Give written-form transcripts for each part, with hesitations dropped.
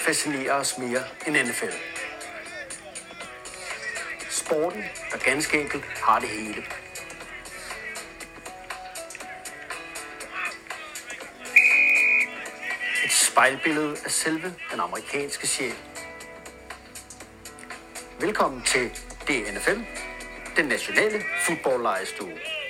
fascinerer os mere end NFL. Sporten, der ganske enkelt har det hele. Et spejlbillede af selve den amerikanske sjæl. Velkommen til DNFL, den nationale fodboldlejestue.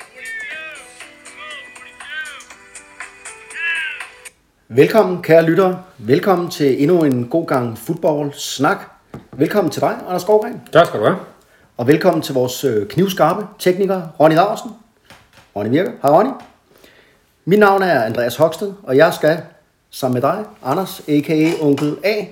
Velkommen, kære lyttere. Velkommen til endnu en god gang fodboldsnak. Velkommen til dig, Anders Skovgren. Tak skal du have. Og velkommen til vores knivskarpe tekniker, Ronny Laursen. Ronny Virker. Hej Ronny. Mit navn er Andreas Hoksted, og jeg skal sammen med dig, Anders, a.k.a. Onkel A,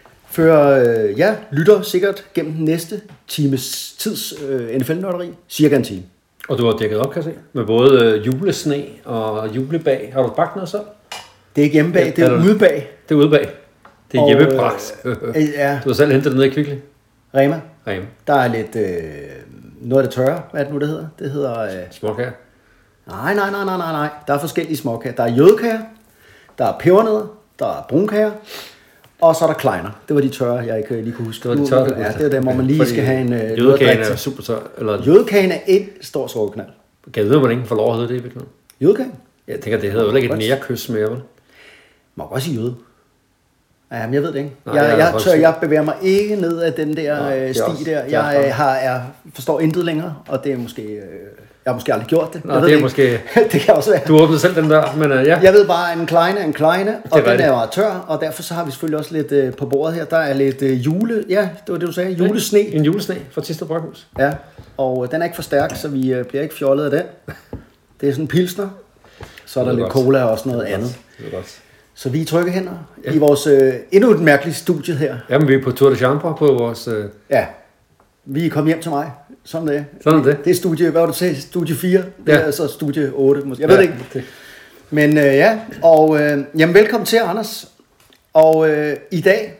føre lytter sikkert gennem den næste times tids NFL-nørderi. Cirka en time. Og du har dækket op, kan jeg se, med både julesne og julebag. Har du bagt noget så? Det er ikke hjemmebag, det er ude bag. Det er ude bag. Det er hjemmebragt. Ja. Du har selv hentet det ned i Kvickly. Rema. Rema. Der er lidt noget af det tørre. Hvad er det nu, det hedder? Det hedder... Småkager. Nej. Der er forskellige småkager. Der er jødekager, der er pebernødder, der er brunkager, og så er der kleiner. Det var de tørre, jeg ikke lige kunne huske. Det var de tørre, ja, det er dem, hvor man lige skal have en... Jødekagen er super tør. Eller... Jødekagen er et stort sukkerknald. Kan jeg vide, hvordan ingen får lov at hedde det i virkeligheden? Jødekagen? Jeg tænker, det hedder jo ikke et nærkys mere, vel? Må godt sige jøde. Ja, men jeg ved det ikke. Nej, jeg bevæger mig ikke ned ad den der sti der. Jeg forstår intet længere, og det er måske... jeg har måske aldrig gjort det. Nå, det er måske... det kan også være. Du åbnede selv den der, men ja. Jeg ved bare, en kleine, og den er jo tør, og derfor så har vi selvfølgelig også lidt på bordet her. Der er lidt jule... Ja, det var det, du sagde. Julesne. En julesne fra Thisted Bryghus. Ja, og den er ikke for stærk, så vi bliver ikke fjollet af den. Det er sådan en pilsner. Så er der lidt cola og også noget andet. Det er godt. Så vi er trygge hænder i vores endnu et mærkeligt studie her. Jamen, vi er på Tour de Chambre på vores... Ja, vi er kommet hjem til mig. Sådan det. Sådan er det. Det er studie, hvad var det til? Studie 4? Det er så studie 8 måske. Jeg ved det ikke. Okay. Men og jamen velkommen til, Anders. Og i dag,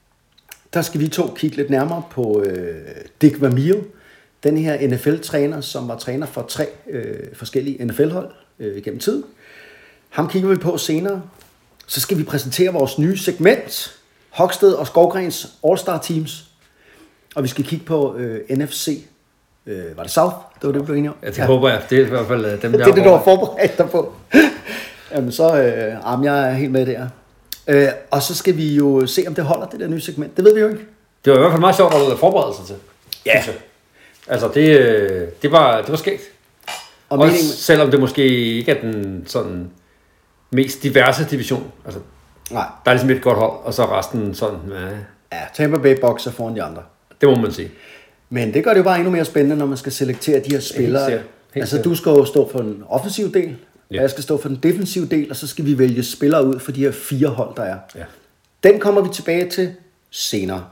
der skal vi to kigge lidt nærmere på Dick Vermeil. Den her NFL-træner, som var træner for 3 forskellige NFL-hold gennem tid. Ham kigger vi på senere. Så skal vi præsentere vores nye segment, Hoksted og Skovgrens All-Star Teams. Og vi skal kigge på NFC. Var det South? Det var det, vi blev enige om. Ja, det håber jeg. Det er i hvert fald dem, det er det, du har forberedt dig på. Jamen så, jeg er helt med der. Og så skal vi jo se, om det holder, det der nye segment. Det ved vi jo ikke. Det var i hvert fald meget sjovt at forberede sig til. Ja. Altså, det var skægt. Og også selvom det måske ikke er den sådan mest diverse division. Altså, nej. Der er ligesom et godt hold, og så resten sådan... Ja, Tampa Bay bokser foran de andre. Det må man sige. Men det gør det jo bare endnu mere spændende, når man skal selektere de her spillere. Helt altså, du skal jo stå for den offensive del, og jeg skal stå for den defensive del, og så skal vi vælge spillere ud for de her 4 hold, der er. Ja. Den kommer vi tilbage til senere.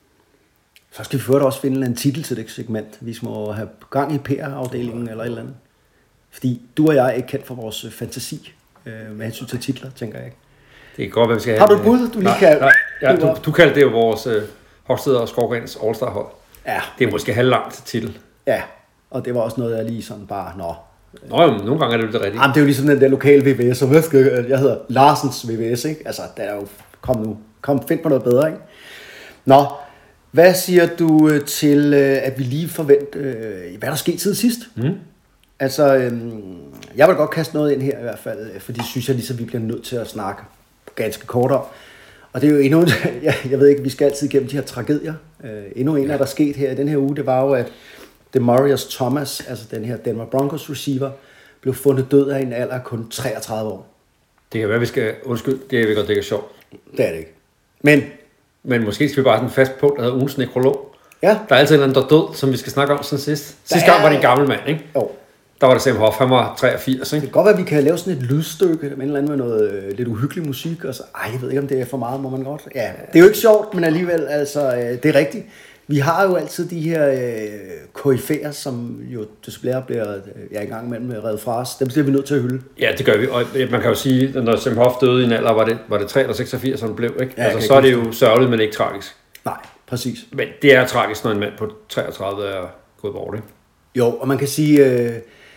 Så skal vi først også finde en titel til det segment. Vi må have gang i PR-afdelingen eller et eller andet. Fordi du og jeg er ikke kendt for vores fantasi med hensyn til titler, tænker jeg ikke. Det kan godt være, vi skal have... Har du et bud, du lige kan... Ja, du kaldte det jo vores Hoksted og Skovgrens All-Star hold. Ja. Det er måske halvlangt titel. Ja, og det var også noget, jeg lige sådan bare... Nogle gange er det jo det rigtige. Jamen, det er jo ligesom den der lokale VVS, og jeg hedder Larsens VVS, ikke? Altså, der er jo... Find på noget bedre, ikke? Nå, hvad siger du til, at vi lige forventer... hvad der skete siden sidst? Altså, jeg vil godt kaste noget ind her i hvert fald, fordi synes jeg ligesom, vi bliver nødt til at snakke ganske kort om. Og det er jo endnu en, jeg ved ikke, vi skal altid igennem de her tragedier. Endnu en, der er sket her i den her uge, det var jo, at Demaryius Thomas, altså den her Denver Broncos receiver, blev fundet død af en alder af kun 33 år. Det kan være, vi skal... Undskyld, det er vi godt, det er sjovt. Det er det ikke. Men måske skal vi bare have en fast punkt, der hedder ugens nekrolog. Ja. Der er altid en eller anden, der død, som vi skal snakke om sådan sidst. Sidste gang var det en gammel mand, ikke? Jo. Der var det Sam Hoff, han var 83, ikke? Det kan godt være, at vi kan lave sådan et lydstykke med en eller anden med noget lidt uhyggelig musik, og så, jeg ved ikke, om det er for meget, må man godt. Ja, det er jo ikke sjovt, men alligevel, altså, det er rigtigt. Vi har jo altid de her koryfæer, som jo desværre bliver i gang imellem reddet fra os. Dem bliver vi nødt til at hylde. Ja, det gør vi. Og man kan jo sige, at når Sam Hoff døde i en alder, var det 3 eller 86, som blev, ikke? Ja, altså, så er det jo sørgeligt, men ikke tragisk. Nej, præcis. Men det er tragisk, når en mand på 33 er gået bort, ikke? Jo, og man kan sige...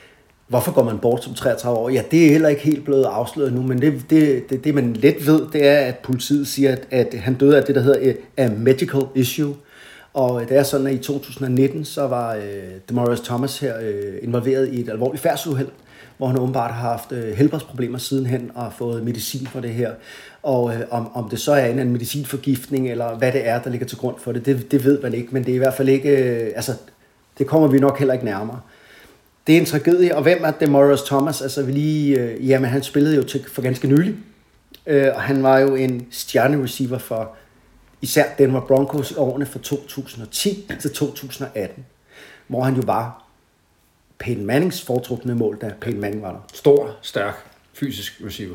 Hvorfor går man bort som 33 år? Ja, det er heller ikke helt blevet afsløret nu, men det man let ved, det er, at politiet siger, at han døde af det, der hedder a medical issue. Og det er sådan, at i 2019, så var Demaryius Thomas her involveret i et alvorligt færdselsuheld, hvor han åbenbart har haft helbredsproblemer sidenhen og fået medicin for det her. Og om det så er en medicinforgiftning, eller hvad det er, der ligger til grund for det, det ved man ikke, men det er i hvert fald ikke, det kommer vi nok heller ikke nærmere. Det er en tragedie, og hvem er Demaryius Thomas? Altså jamen han spillede jo for ganske nylig, og han var jo en stjernereceiver for især Denver Broncos i årene fra 2010 til 2018, hvor han jo var Peyton Mannings foretrukne mål, da Peyton Manning var der. Stor, stærk, fysisk receiver.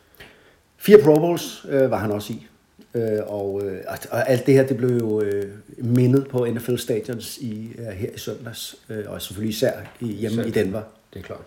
4 Pro Bowls var han også i. Og alt det her, det blev jo mindet på NFL Stadions her i søndags, og selvfølgelig især hjemme i Denver. Det er klart.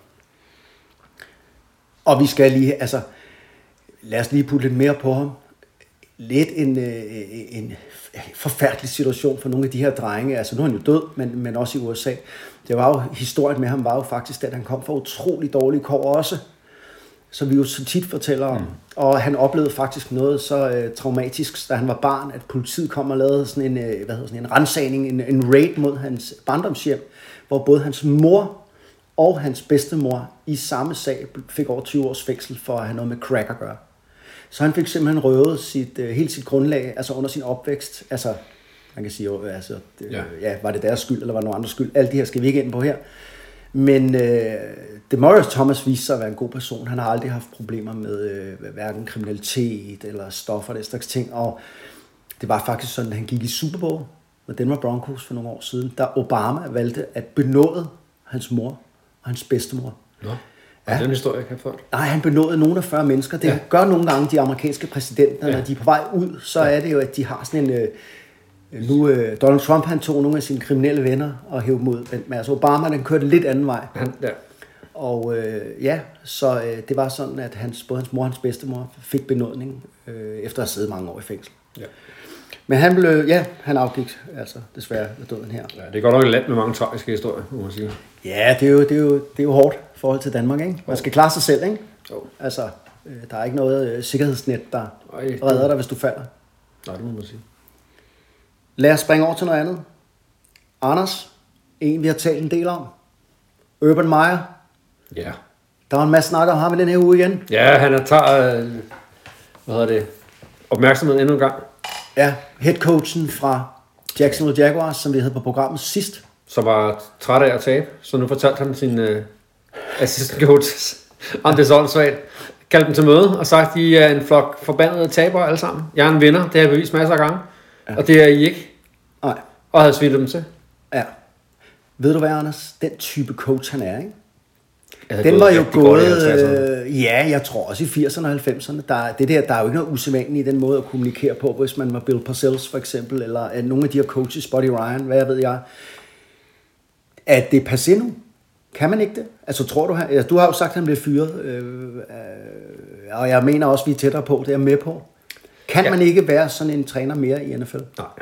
Og vi skal lige, lad os lige putte lidt mere på ham. Lidt en forfærdelig situation for nogle af de her drenge. Altså nu er han jo død, men også i USA. Det var jo, historien med ham var jo faktisk, at han kom fra utrolig dårlige kår også, som vi jo så tit fortæller om. Og han oplevede faktisk noget så traumatisk, da han var barn, at politiet kom og lavede sådan en ransagning, en raid mod hans barndomshjem, hvor både hans mor og hans bedstemor i samme sag fik over 20 års fængsel for at have noget med crack at gøre. Så han fik simpelthen røvet hele sit grundlag, altså under sin opvækst. Altså, man kan sige, var det deres skyld, eller var det nogen andres skyld? Alt det her skal vi ikke ind på her. Men Demaryius Thomas viste sig at være en god person. Han har aldrig haft problemer med hverken kriminalitet eller stoffer og den slags ting. Og det var faktisk sådan, at han gik i Super Bowl med Denver Broncos for nogle år siden, da Obama valgte at benåde hans mor og hans bedstemor. Nå. Ja. Den historie, jeg kan få. Nej, han benådede nogle af 40 mennesker. Det gør nogle gange de amerikanske præsidenter, når de er på vej ud, så er det jo, at de har sådan en... Donald Trump, han tog nogle af sine kriminelle venner og hævde dem ud. Men altså Obama, den kørte lidt anden vej. Ja. Og så det var sådan, at både hans mor og hans bedstemor fik benådning, efter at have siddet mange år i fængsel. Ja. Men han afgik altså desværre med døden her. Ja, det er godt nok et land med mange tragiske historier, må man sige. Ja, det er jo hårdt i forhold til Danmark, ikke? Man skal klare sig selv, ikke? Jo. Altså, der er ikke noget sikkerhedsnet, der redder dig, hvis du falder. Nej, det må man sige. Lad os springe over til noget andet. Anders, en vi har talt en del om. Urban Meyer. Ja. Der var en masse snak om ham i den her uge igen. Ja, han tager opmærksomheden endnu en gang. Ja, headcoachen fra Jacksonville Jaguars, som vi havde på programmet sidst. Som var træt af at tabe, så nu fortalte han sin assistant coach om det så åndssvagt. Kaldte dem til møde og sagt, at de er en flok forbandede tabere alle sammen. Jeg er en vinder, det har jeg bevist masser af gange. Ja. Og det er I ikke. Nej. Og havde svinet dem til. Ja. Ved du hvad, Anders? Den type coach, han er, ikke? Den var jo gået, jeg tror også i 80'erne og 90'erne. Der er jo ikke noget usædvanligt i den måde at kommunikere på, hvis man var Bill Parcells for eksempel, eller nogle af de her coaches, Buddy Ryan, hvad ved jeg. At det er passé nu? Kan man ikke det? Altså tror du, du har jo sagt, at han bliver fyret, og jeg mener også, at vi er tættere på, det er med på. Kan man ikke være sådan en træner mere i NFL?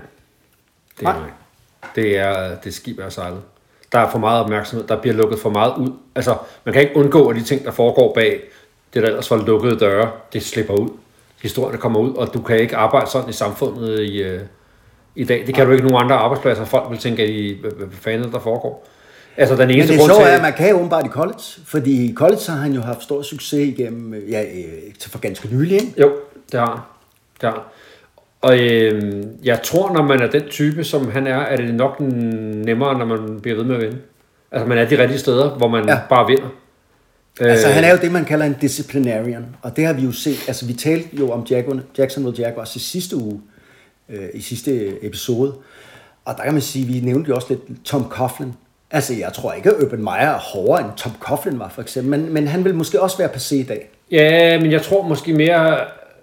Nej. Det skib er sejlet. Der er for meget opmærksomhed, der bliver lukket for meget ud. Altså, man kan ikke undgå, at de ting, der foregår bag det, der ellers var lukkede døre, det slipper ud. Historierne kommer ud, og du kan ikke arbejde sådan i samfundet i dag. Det kan du ikke nogen andre arbejdspladser. Folk vil tænke, hvad fanden der foregår. Altså, den eneste men det er så, at man kan jo åbenbart i college, fordi i college har han jo haft stor succes igennem, for ganske nylig, ikke? Jo, det har han. Og jeg tror, når man er den type, som han er det nok nemmere, når man bliver ved med at vinde. Altså, man er de rigtige steder, hvor man bare vinder. Altså, han er jo det, man kalder en disciplinarian, og det har vi jo set. Altså, vi talte jo om Jacksonville Jaguars i sidste uge, i sidste episode, og der kan man sige, vi nævnte jo også lidt Tom Coughlin. Altså, jeg tror ikke, at Urban Meyer er hårdere, end Tom Coughlin var, for eksempel, men han vil måske også være passé i dag. Ja, men jeg tror måske mere...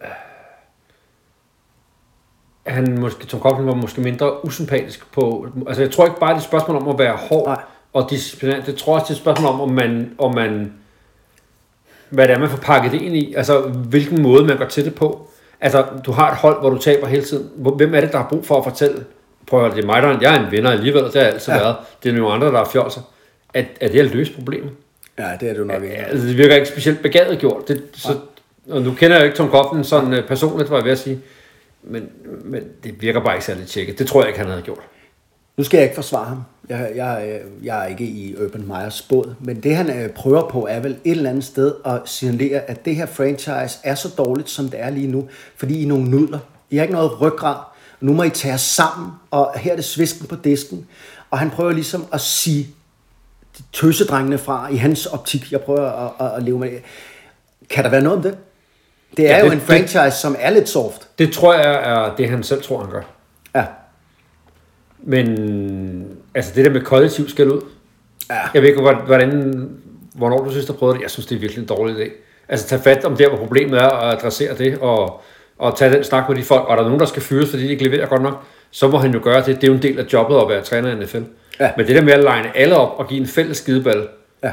Tom Coughlin var måske mindre usympatisk på... Altså, jeg tror ikke bare, det er et spørgsmål om at være hård og disciplineret. Det tror jeg, det er et spørgsmål om man hvad det er, man får pakket det ind i. Altså, hvilken måde man går til det på. Altså, du har et hold, hvor du taber hele tiden. Hvem er det, der har brug for at fortælle? Prøv at det er mig, jeg er en vinder alligevel, det har altid været. Det er nogle andre, der er fjolser. Er det at løse problemet? Ja, det er du nok ikke. Altså, det virker ikke specielt begavet gjort. Og nu kender jeg jo ikke Tom Coughlin sådan personligt, var jeg ved at sige. Men det virker bare ikke særlig tjekket. Det tror jeg ikke, han havde gjort. Nu skal jeg ikke forsvare ham. Jeg er ikke i Urban Meyers båd. Men det, han prøver på, er vel et eller andet sted at signalere, at det her franchise er så dårligt, som det er lige nu. Fordi I er nogle nudler. I har ikke noget ryggrad. Nu må I tage sammen, og her er det svisken på disken. Og han prøver ligesom at sige de tøsedrengene fra i hans optik. Jeg prøver at leve med det. Kan der være noget om det? Det er jo en franchise, som er lidt soft. Det tror jeg er det, han selv tror, han gør. Ja. Men altså det der med kollektiv skal ud. Ja. Jeg ved ikke, hvornår du synes, du prøvede det. Jeg synes, det er virkelig en dårlig idé. Altså tage fat om der, hvor problemet er, og adressere det, og tage den snak med de folk. Og der er nogen, der skal fyres, fordi de ikke leverer godt nok, så må han jo gøre det. Det er jo en del af jobbet at være træner i NFL. Ja. Men det der med at line alle op og give en fælles skideball. Ja.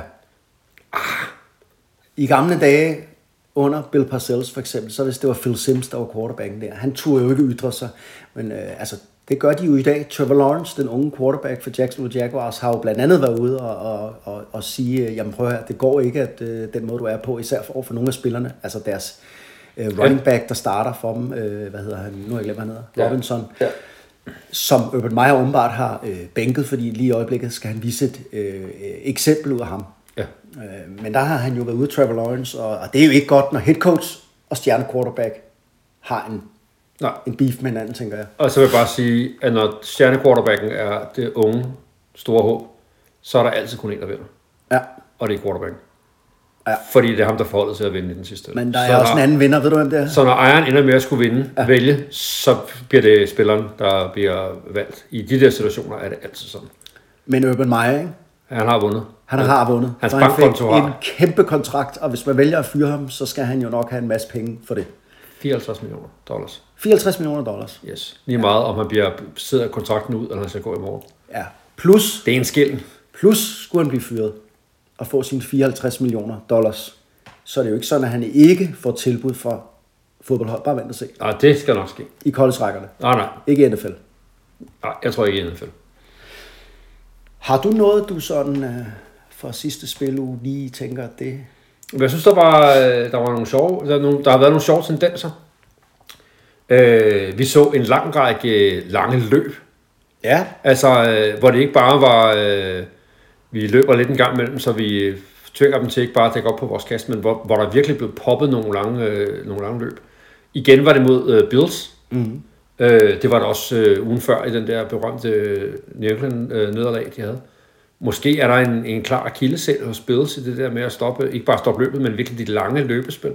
I gamle dage, under Bill Parcells for eksempel, så hvis det var Phil Simms, der var quarterbacken der, han turde jo ikke ytre sig. Men det gør de jo i dag. Trevor Lawrence, den unge quarterback for Jacksonville Jaguars, har jo blandt andet været ude og sige, jamen prøv her, det går ikke, at den måde du er på, især for nogle af spillerne, altså deres running back, der starter for dem, hvad hedder han, nu har jeg glemt, hvad han hedder, Robinson, som Urban Meyer åbenbart har bænket, fordi lige i øjeblikket skal han vise et eksempel ud af ham. Ja. Men der har han jo været ude, Trevor Lawrence, og det er jo ikke godt, når head coach og stjerne quarterback har en beef med hinanden, tænker jeg. Og så vil jeg bare sige, at når stjernequarterbacken er det unge, store håb, så er der altid kun en, der vinder. Ja. Og det er quarterbacken. Ja. Fordi det er ham, der får holdet til at vinde i den sidste. Men der er også en anden vinder, ved du hvem det er? Så når ejeren ender med at skulle vælge, så bliver det spilleren, der bliver valgt. I de der situationer er det altid sådan. Men Urban Meyer, ikke? Han har vundet. Han har vundet. Hans bankkonto har en kæmpe kontrakt, og hvis man vælger at fyre ham, så skal han jo nok have en masse penge for det. $54 millioner. $54 millioner. Yes. Lige meget, om han sidder kontrakten ud, eller han skal gå i morgen. Ja. Plus. Det er en skilling. Plus skulle han blive fyret og få sine $54 millioner. Så er det jo ikke sådan, at han ikke får tilbud for fodboldhold. Bare vent og se. Nej, det skal nok ske. I college-rækkerne. Nej. Ikke i NFL. Nej, jeg tror ikke i NFL. Har du noget, du sådan for sidste spiluge lige tænker, at det... Jeg synes, der var nogle sjove... Der har været nogle sjove tendenser. Vi så en lang række lange løb. Ja. Altså, hvor det ikke bare var... vi løber lidt en gang imellem, så vi tvinger dem til ikke bare at dække op på vores kast, men hvor der virkelig blev poppet nogle lange løb. Igen var det mod Bills. Mm-hmm. Det var det også ugen før i den der berømte New England nederlag, de havde. Måske er der en klar akilleshæl hos Bills i det der med at stoppe, ikke bare stoppe løbet, men virkelig de lange løbespil.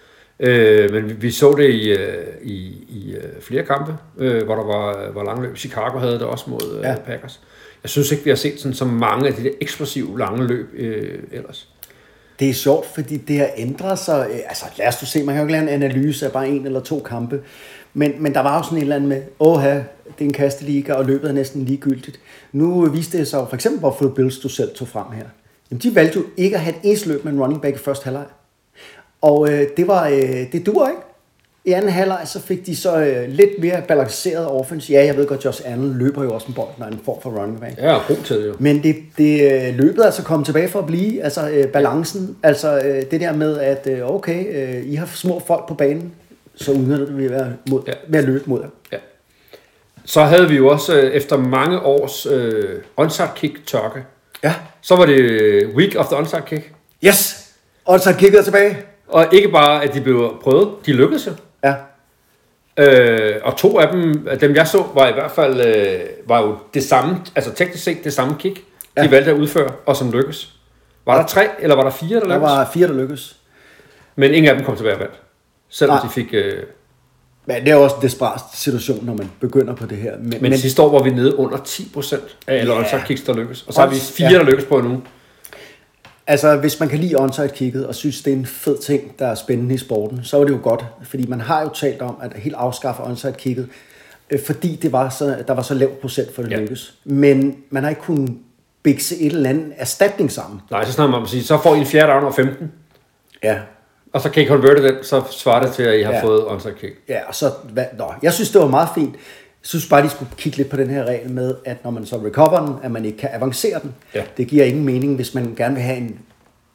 Men vi så det i flere kampe, hvor der var lange løb. Chicago havde det også mod Packers. Jeg synes ikke, vi har set sådan så mange af de der eksplosive lange løb ellers. Det er sjovt, fordi det har ændret sig. Altså lad os se, man kan jo ikke lave en analyse af bare en eller to kampe. Men der var jo sådan et eller andet med, det er en kasteliga, og løbet er næsten ligegyldigt. Nu viste det sig jo, for eksempel Buffalo Bills, du selv tog frem her. Jamen, de valgte jo ikke at have et eneste løb med en running back i første halvleg. Og det duer ikke. I anden halvleg, så fik de så lidt mere balanceret offense. Ja, jeg ved godt, Josh Allen løber jo også en bold, når han får for running back. Ja, god til det jo. Men det løbet er altså kommet tilbage for at blive, altså balancen. Altså det der med, at I har små folk på banen, så udnytter vi ved at løbe mod jer. Ja. Så havde vi jo også efter mange års onside kick tørke. Ja. Så var det week of the onside kick. Yes! Onside kick er tilbage. Og ikke bare, at de blev prøvet, de lykkedes jo. Ja. Og to af dem jeg så, var i hvert fald var jo det samme, altså teknisk set det samme kick, de valgte at udføre, og som lykkedes. Var der 3, eller var der 4, der lykkedes? Der var 4, der lykkedes. Men ingen af dem kom til at være valgt. Selvom de fik... Men det er også en desperat situation, når man begynder på det her. Men sidste år var vi nede under 10% af alle onside kicks, der lykkes. Og så har vi 4, der lykkes på nu. Altså, hvis man kan lide onside kicket og synes, det er en fed ting, der er spændende i sporten, så er det jo godt. Fordi man har jo talt om, at helt afskaffe onside kicket, fordi der var så lav procent for det lykkes. Men man har ikke kunnet bikse et eller andet erstatning sammen. Nej, så snakker man om at sige, så får I en fjerde down over 15. Ja. Og så kan I konverte den, så svarer det til, at I har fået onside kick. Ja, og så... jeg synes, det var meget fint. Jeg synes bare, de skulle kigge lidt på den her regel med, at når man så recover den, at man ikke kan avancere den. Ja. Det giver ingen mening, hvis man gerne vil have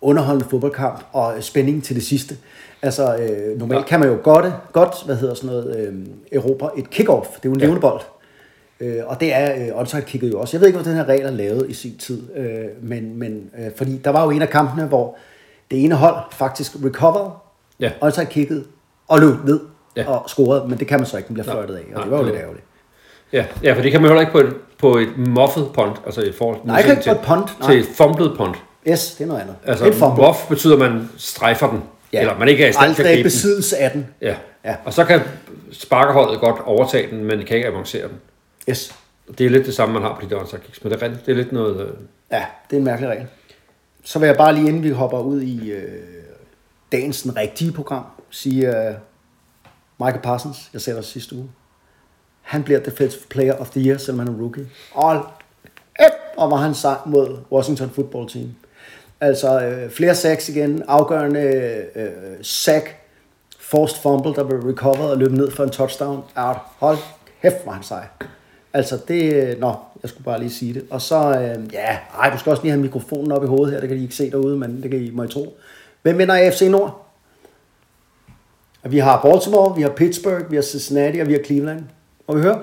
underholdende fodboldkamp og spænding til det sidste. Altså, normalt kan man jo godt erobre et kick-off. Det er jo en levende bold. Og det er onside-kicket jo også. Jeg ved ikke, hvor den her regel er lavet i sin tid, men fordi der var jo en af kampene, hvor det ene hold faktisk recoverede onside-kicket og løb ned og scorede, men det kan man så ikke, den bliver fløjtet af, og det var jo lidt ærgerligt. Ja, for det kan man heller ikke på et muffet punt, altså i forhold til et punt. Til et fumblet punt. Yes, det er noget andet. Altså muff betyder, at man strejfer den, eller man ikke er i stand til at gribe den. Besiddelse af den. Ja, og så kan sparkerholdet godt overtage den, men kan ikke avancere den. Yes. Det er lidt det samme, man har på de der onside kicks, men det er lidt noget... Ja, det er en mærkelig regel. Så vil jeg bare lige, inden vi hopper ud i dagens rigtige program, sige Michael Parsons, jeg sagde det sidste uge, han bliver Defensive Player of the Year, selvom han er rookie. Og var han sej mod Washington Football Team. Altså flere sacks igen, afgørende sack, forced fumble, der blev recovered og løbet ned for en touchdown. Hold kæft, var han sej. Altså det, jeg skulle bare lige sige det. Og så, du skal også lige have mikrofonen op i hovedet her, det kan I ikke se derude, men det kan I må I tro. Hvem vinder AFC Nord? Vi har Baltimore, vi har Pittsburgh, vi har Cincinnati, og vi har Cleveland. Må vi høre?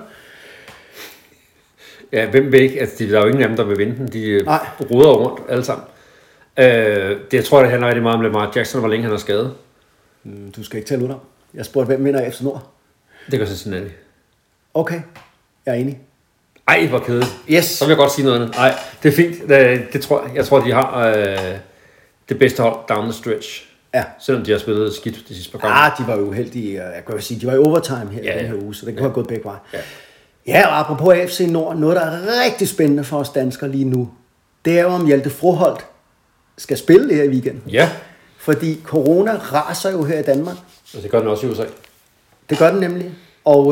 Ja, hvem vil ikke? Altså, der er jo ingen af dem, der vil vinde den. De ruder rundt alle sammen. Jeg tror, det handler rigtig meget om Lamar Jackson, hvor længe han er skadet. Du skal ikke tælle ud om. Jeg spurgte, hvem vinder AFC Nord? Det gør Cincinnati. Okay, jeg er enig. Ej, hvor kedeligt. Yes. Så vil jeg godt sige noget andet. Nej, det er fint. Jeg tror, de har det bedste hold down the stretch. Ja. Selvom de har spillet skidt de sidste par gange. De var jo uheldige. Jeg kan jo sige, de var i overtime her i den her uge, så det kunne have gået begge veje. Ja, og apropos AFC Nord, noget, der er rigtig spændende for os danskere lige nu, det er jo, om Hjalte Froholt skal spille her i weekenden. Ja. Fordi corona raser jo her i Danmark. Og det gør den også i USA. Det gør den nemlig. Og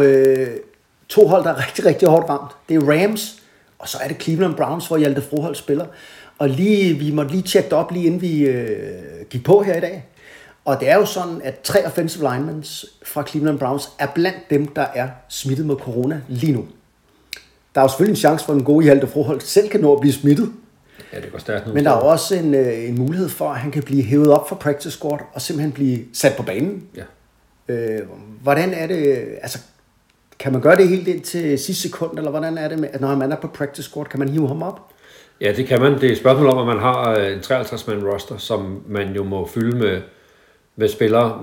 2 hold, der er rigtig, rigtig hårdt ramt. Det er Rams, og så er det Cleveland Browns, hvor Hjalte Froholt spiller. Og vi måtte lige tjekke det op, lige inden vi gik på her i dag. Og det er jo sådan, at 3 offensive linemen fra Cleveland Browns er blandt dem, der er smittet med corona lige nu. Der er jo selvfølgelig en chance for, at den gode Hjalte Froholt selv kan nå at blive smittet. Ja, det går stærkt nu. Men der er også en mulighed for, at han kan blive hævet op fra practice squad og simpelthen blive sat på banen. Ja. Hvordan er det, altså kan man gøre det helt ind til sidste sekund, eller hvordan er det med, at når man er på practice squad, kan man hive ham op? Ja, det kan man. Det er et spørgsmål om, at man har en 53-mand roster, som man jo må fylde med spillere,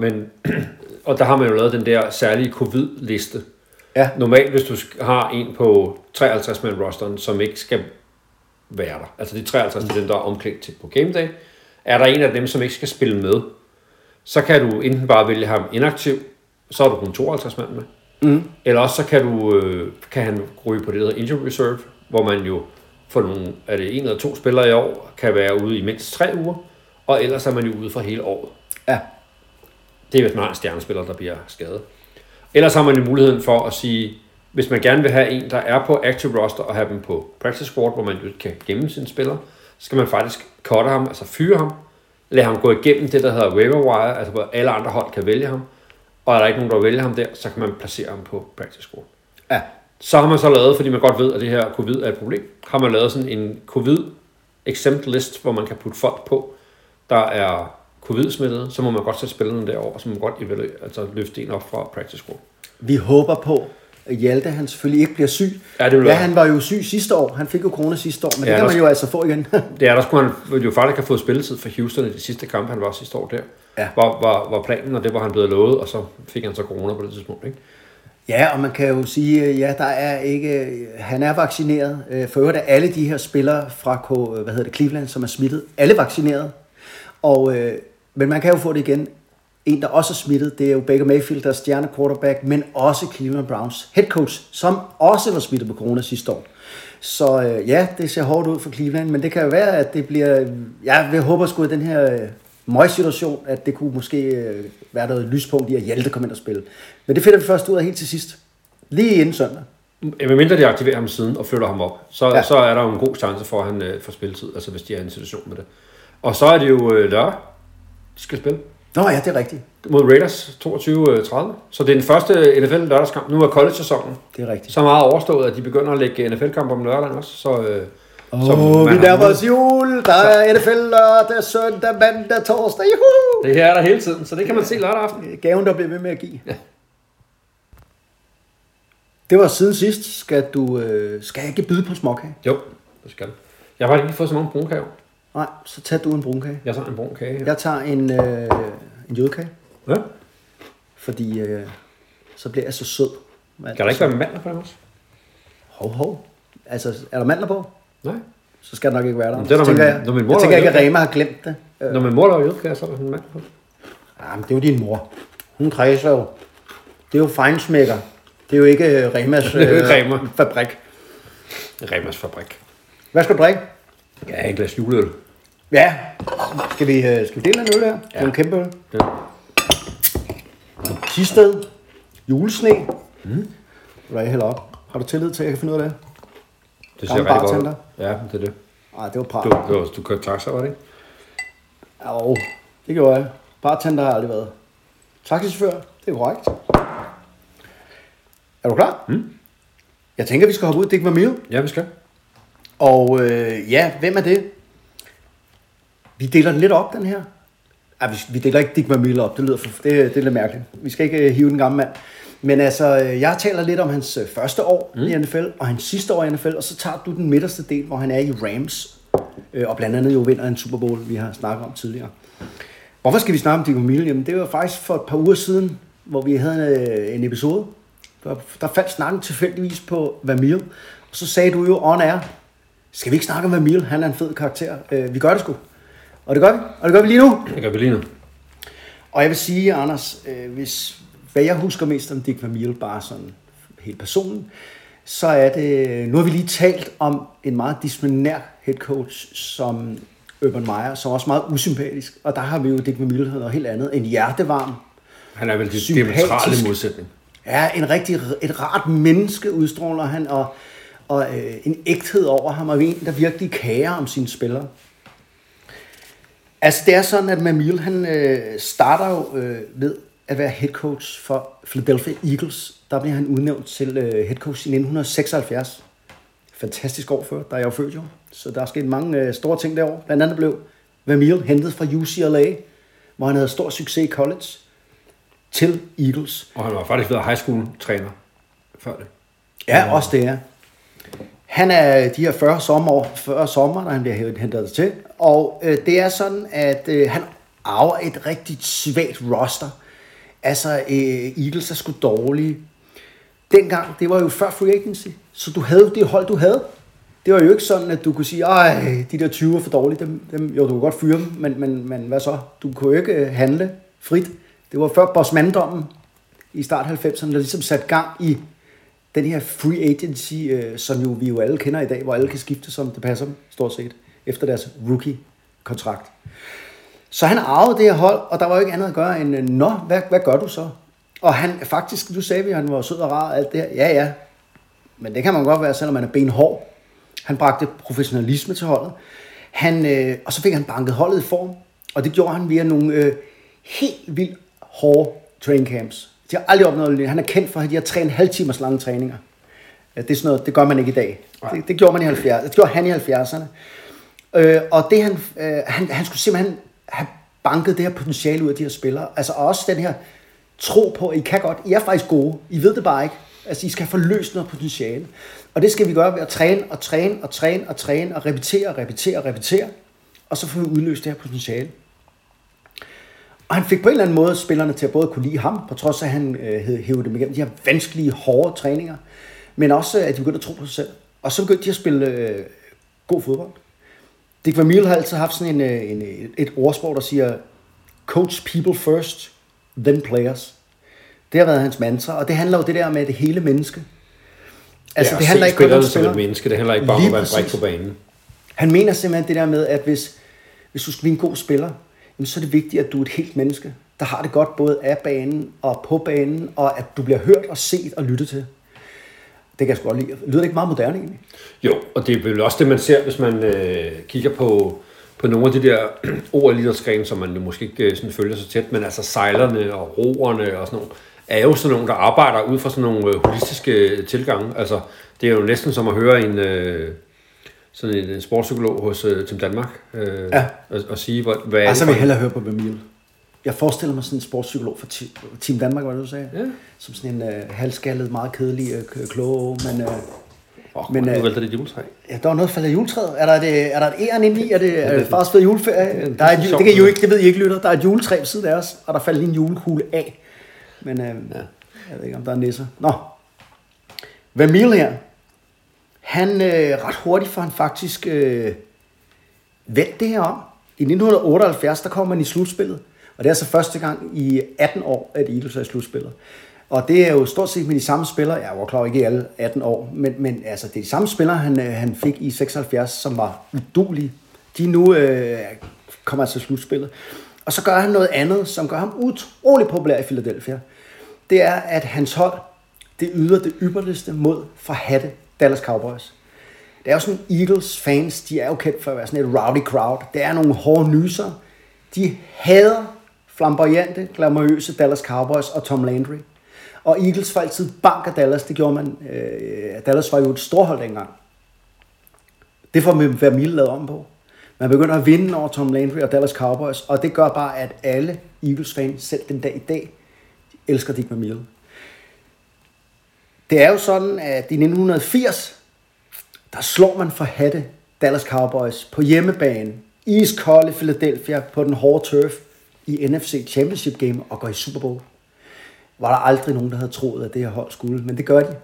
og der har man jo lavet den der særlige covid-liste. Ja. Normalt, hvis du har en på 53-mand rosteren, som ikke skal være der, altså de 53 til dem, der er omklædt til på game day, er der en af dem, som ikke skal spille med, så kan du enten bare vælge ham inaktiv, så er du kun 52 mand med, eller også så kan han ryge på det, der hedder injury reserve, hvor man jo for nogle, er det 1 eller 2 spillere i år, kan være ude i mindst 3 uger, og ellers er man jo ude for hele året. Ja. Det er, hvis man har en stjernespiller, der bliver skadet. Ellers har man jo muligheden for at sige, hvis man gerne vil have en, der er på active roster, og have dem på practice squad, hvor man jo kan gemme sine spillere, så skal man faktisk cutte ham, altså fyre ham, lade ham gå igennem det, der hedder waiver wire, altså hvor alle andre hold kan vælge ham, og er der ikke nogen, der vælger ham der, så kan man placere ham på practice squad. Ja. Så har man så lavet, fordi man godt ved, at det her covid er et problem, har man lavet sådan en covid exempt list, hvor man kan putte folk på, der er covid-smittede, så må man godt sætte spillerne derover, så må man godt løfte en op fra practice squad. Vi håber på, at Hjalte, han selvfølgelig ikke bliver syg. Ja, han var jo syg sidste år. Han fik jo corona sidste år, men det kan man jo altså få igen. Der skulle han jo faktisk have fået spilletid for Houston i de sidste kampe, han var sidste år der. Ja. Var planen, og det var han blevet lovet, og så fik han så corona på det tidspunkt, ikke? Ja, og man kan jo sige, ja, der er ikke, han er vaccineret. For øvrigt er alle de her spillere fra Cleveland, som er smittet, alle vaccineret. Men man kan jo få det igen. En, der også er smittet, det er jo Baker Mayfield, der er stjerne quarterback, men også Cleveland Browns head coach, som også var smittet på corona sidste år. Så ja, det ser hårdt ud for Cleveland, men det kan jo være, at det bliver, jeg håber sgu i den her møgssituation, at det kunne måske være noget lyspunkt i, at Hjalte kommer ind og spille. Men det finder vi først ud af helt til sidst. Lige inden søndag. Men mindre de aktiverer ham siden og flytter ham op, så er der jo en god chance for, at han får spilletid, altså hvis de er i en situation med det. Og så er det jo lørdag, de skal spille. Nå ja, det er rigtigt. Mod Raiders 22-30. Så det er den første NFL lørdagskamp. Nu er college-sæsonen. Det er rigtigt. Så meget overstået, at de begynder at lægge NFL-kamp om lørdagen også. Så, Vi nærmer os jul, der er NFL lørdag, søndag, mandag, torsdag, juhu! Det her er der hele tiden, så det kan man se lørdag aften. Gaven, der bliver ved med at give. Ja. Det var siden sidst. Skal jeg ikke byde på småkage? Jo, det skal. Jeg har bare ikke fået så mange brunkager. Nej, så tager du en brunkage. Jeg tager en brunkage. Ja. Jeg tager en jødekage. Ja. Fordi så bliver jeg så sød. Kan der ikke være mandler på dem også? Hov. Altså, er der mandler på? Nej. Så skal der nok ikke være der. Det er, jeg tænker ikke, at Rema har glemt det. Når min mor laver jødekage, så er der sådan en mandler på. Jamen, det er jo din mor. Hun kredser jo. Det er jo fejnsmækker. Det er jo ikke Remas fabrik. Remas fabrik. Hvad skal du drikke? Ja, en glas juleøl. Ja. Skal vi dele en øl her? Ja. Det er en kæmpe øl. Ja. Tisted. Julesne. Hvad er hælder op? Har du tillid til, at jeg kan finde ud af det? Det ser rigtig godt ud. Ja, det er det. Nej, det var par. Du kørte taxa, var det ikke? Jo, det gjorde jeg. Bartender har jeg aldrig været. Taxichauffør, det er korrekt. Er du klar? Jeg tænker, vi skal hoppe ud. Det var Meal. Ja, vi skal. Og hvem er det? Vi deler den lidt op, den her. Vi deler ikke Dick Vermeil op, det er lidt mærkeligt. Vi skal ikke hive den gamle mand. Men altså, jeg taler lidt om hans første år i NFL, og hans sidste år i NFL, og så tager du den midterste del, hvor han er i Rams, og blandt andet jo vinder en Super Bowl, vi har snakket om tidligere. Hvorfor skal vi snakke om Dick Vermeil? Jamen, det var faktisk for et par uger siden, hvor vi havde en episode. Der faldt snakken tilfældigvis på Vermeil, og så sagde du jo on air, skal vi ikke snakke om Vermeil? Han er en fed karakter. Vi gør det sgu. Og det gør vi. Og det gør vi lige nu. Det gør vi lige nu. Og jeg vil sige, Anders, hvad jeg husker mest om Dick Vermeil, bare sådan helt personligt, så er det, nu har vi lige talt om en meget disciplinær head coach som Urban Meyer, som er også meget usympatisk. Og der har vi jo Dick Vermeil noget helt andet. En hjertevarm. Han er vel det diametrale modsætning. Ja, et rart menneske udstråler han, og en ægthed over ham, og en, der virkelig kager om sine spillere. Altså, det er sådan, at Vermeil, han starter jo ved at være head coach for Philadelphia Eagles. Der bliver han udnævnt til head coach i 1976. Fantastisk år før, der er jeg jo født jo. Så der er sket mange store ting derovre. Blandt andet blev Vermeil hentet fra UCLA, hvor han havde stor succes i college, til Eagles. Og han var faktisk været high school træner før det. Ja, også det er. Han er de her 40 sommer, når han bliver hentet til. Og det er sådan, at han arver et rigtig svagt roster. Altså, Eagles er sgu dårlige. Dengang, det var jo før free agency. Så du havde det hold, du havde. Det var jo ikke sådan, at du kunne sige, de der 20 er for dårlige. Jo, du kunne godt fyre dem, men hvad så? Du kunne jo ikke handle frit. Det var før bossmanddommen i start 90'erne, der ligesom satte gang i den her free agency, som vi jo alle kender i dag, hvor alle kan skifte, som det passer dem, stort set, efter deres rookie-kontrakt. Så han arvede det her hold, og der var jo ikke andet at gøre end, hvad gør du så? Og han faktisk, du sagde, at han var sød og rar og alt det her. Ja, men det kan man godt være, selvom man er benhård. Han bragte professionalisme til holdet. Og så fik han banket holdet i form, og det gjorde han via nogle helt vildt hårde training camps. De har aldrig opnået det. Han er kendt for, at de har 3,5 timers lange træninger. Det er sådan noget, det gør man ikke i dag. Det gjorde man i 70'erne. Det gjorde han i 70'erne. Og det han skulle simpelthen have banket det her potentiale ud af de her spillere. Altså også den her tro på, at I kan godt. I er faktisk gode. I ved det bare ikke. Altså I skal få løst noget potentiale. Og det skal vi gøre ved at træne og repetere. Og så får vi udløst det her potentiale. Og han fik på en eller anden måde spillerne til at både kunne lide ham, på trods af, at han hævede dem igennem de her vanskelige, hårde træninger, men også, at de begyndte at tro på sig selv. Og så begyndte de at spille god fodbold. Dick Vermeil har altid haft sådan et ordsprog, der siger, coach people first, then players. Det har været hans mantra, og det handler jo det der med det hele menneske. Altså, det handler ikke kun om spiller. Som et menneske, det handler ikke bare om at være en brik på banen. Han mener simpelthen det der med, at hvis du skal blive en god spiller, så er det vigtigt, at du er et helt menneske, der har det godt både af banen og på banen, og at du bliver hørt og set og lyttet til. Det kan jeg sgu godt lide. Lyder det ikke meget moderne egentlig? Jo, og det er vel også det, man ser, hvis man kigger på nogle af de der ord i idrætsgrene, som man jo måske ikke sådan følger så tæt, men altså sejlerne og roerne og sådan nogle, er jo sådan nogle, der arbejder ud fra sådan nogle holistiske tilgange. Altså, det er jo næsten som at høre sådan en sportspsykolog hos Team Danmark, og sige, hvad er det? Altså vil jeg hellere høre på Vermeil. Jeg forestiller mig sådan en sportspsykolog for Team Danmark, hvad du sagde? Ja. Som sådan en halvskaldet, meget kedelig, kloge, men... Nu vælter det juletræ. Ja, der er noget faldet af juletræet. Er der et æren inde i? Er det bare spædet juleferie? Det kan I jo ikke, det ved I ikke, lytter. Der er et juletræ ved siden af os, og der faldt lige en julekugle af. Men jeg ved ikke, om der er nisser. Nå. Vermeil her. Han ret hurtigt for han faktisk vendt det her om. I 1978, der kom man i slutspillet. Og det er altså første gang i 18 år, at Eagles er i slutspillet. Og det er jo stort set med de samme spillere. Jeg var klar ikke i alle 18 år, men altså, det er de samme spillere, han fik i 76, som var uduelige. De nu kommer altså til slutspillet. Og så gør han noget andet, som gør ham utrolig populær i Philadelphia. Det er, at hans hold, det yder det ypperligste mod forhatte Dallas Cowboys. Det er jo sådan, Eagles fans, de er jo kendt for at være sådan et rowdy crowd. Det er nogle hårde nyser. De hader flamboyante, glamourøse Dallas Cowboys og Tom Landry. Og Eagles får altid bank af Dallas. Det gjorde man. Dallas var jo et storhold dengang. Det får man Vermeil lavet om på. Man begynder at vinde over Tom Landry og Dallas Cowboys. Og det gør bare, at alle Eagles fans, selv den dag i dag, de elsker Dick Vermeil. Det er jo sådan, at i 1980, der slår man forhatte Dallas Cowboys på hjemmebane, iskolde Philadelphia på den hårde turf i NFC Championship Game og går i Super Bowl. Var der aldrig nogen, der havde troet, at det her hold skulle, men det gør de.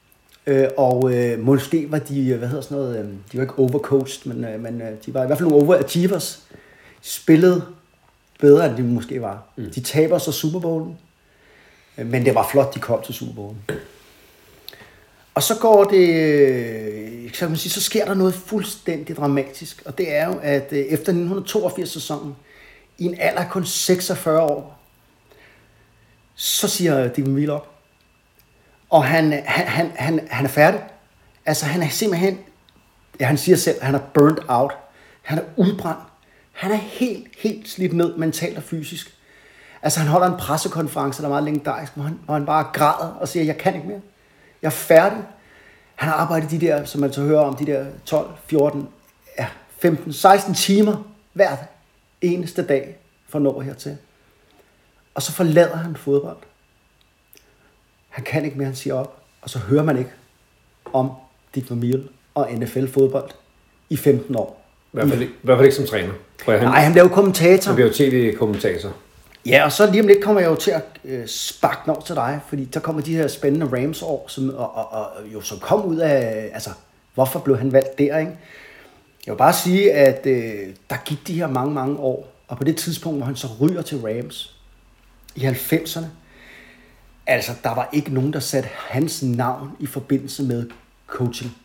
Måske var de, de var ikke overcoached, men de var i hvert fald nogle overachievers. De spillede bedre, end de måske var. De taber så Super Bowlen, men det var flot, de kom til Super Bowlen. Og så går det, så sker der noget fuldstændig dramatisk, og det er jo, at efter 1982-sæsonen, i en alder af kun 46 år, så siger Dick Vermeil op. Og han er færdig. Altså han er simpelthen, han siger selv, han er burnt out. Han er udbrændt. Han er helt slidt ned mentalt og fysisk. Altså han holder en pressekonference, der er meget legendarisk, hvor han bare græder og siger, jeg kan ikke mere. Jeg er færdig. Han har arbejdet de der, som man så hører om, de der 12, 14, 15, 16 timer hver eneste dag for at nå hertil. Og så forlader han fodbold. Han kan ikke mere, han siger op. Og så hører man ikke om Dick Vermeil og NFL-fodbold i 15 år. I hvert fald ikke som træner. Nej, han bliver jo kommentator. Han bliver jo tv-kommentator. Ja, og så lige om lidt kommer jeg jo til at sparke den over til dig, fordi der kommer de her spændende Rams-år, som kom ud af, altså, hvorfor blev han valgt der, ikke? Jeg vil bare sige, at der gik de her mange år, og på det tidspunkt, hvor han så ryger til Rams i 90'erne, altså, der var ikke nogen, der satte hans navn i forbindelse med coaching,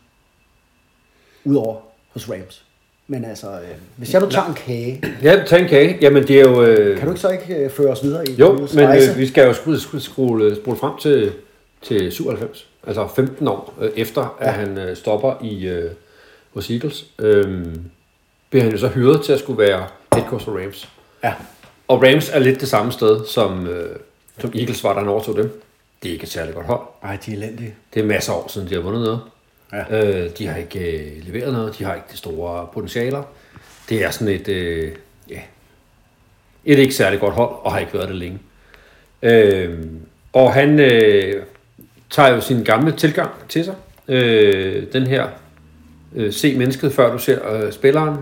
udover hos Rams. Men altså, hvis jeg nu tager en kage... Ja, tag en kage. Jamen, det er jo... Kan du ikke så ikke føre os videre i... Jo, men vi skal jo spole frem til 97. Altså 15 år efter, at han stopper hos Eagles. Bliver han jo så hyret til at skulle være head coach for Rams. Ja. Og Rams er lidt det samme sted, som Eagles var, da han overtog dem. Det er ikke et særligt godt hold. Nej, de er elendige. Det er masser af år siden, de har vundet noget. Ja. De har ikke leveret noget, de har ikke de store potentialer. Det er sådan et ikke særlig godt hold, og har ikke været det længe. Og han tager jo sin gamle tilgang til sig. Den her, se mennesket, før du ser spilleren.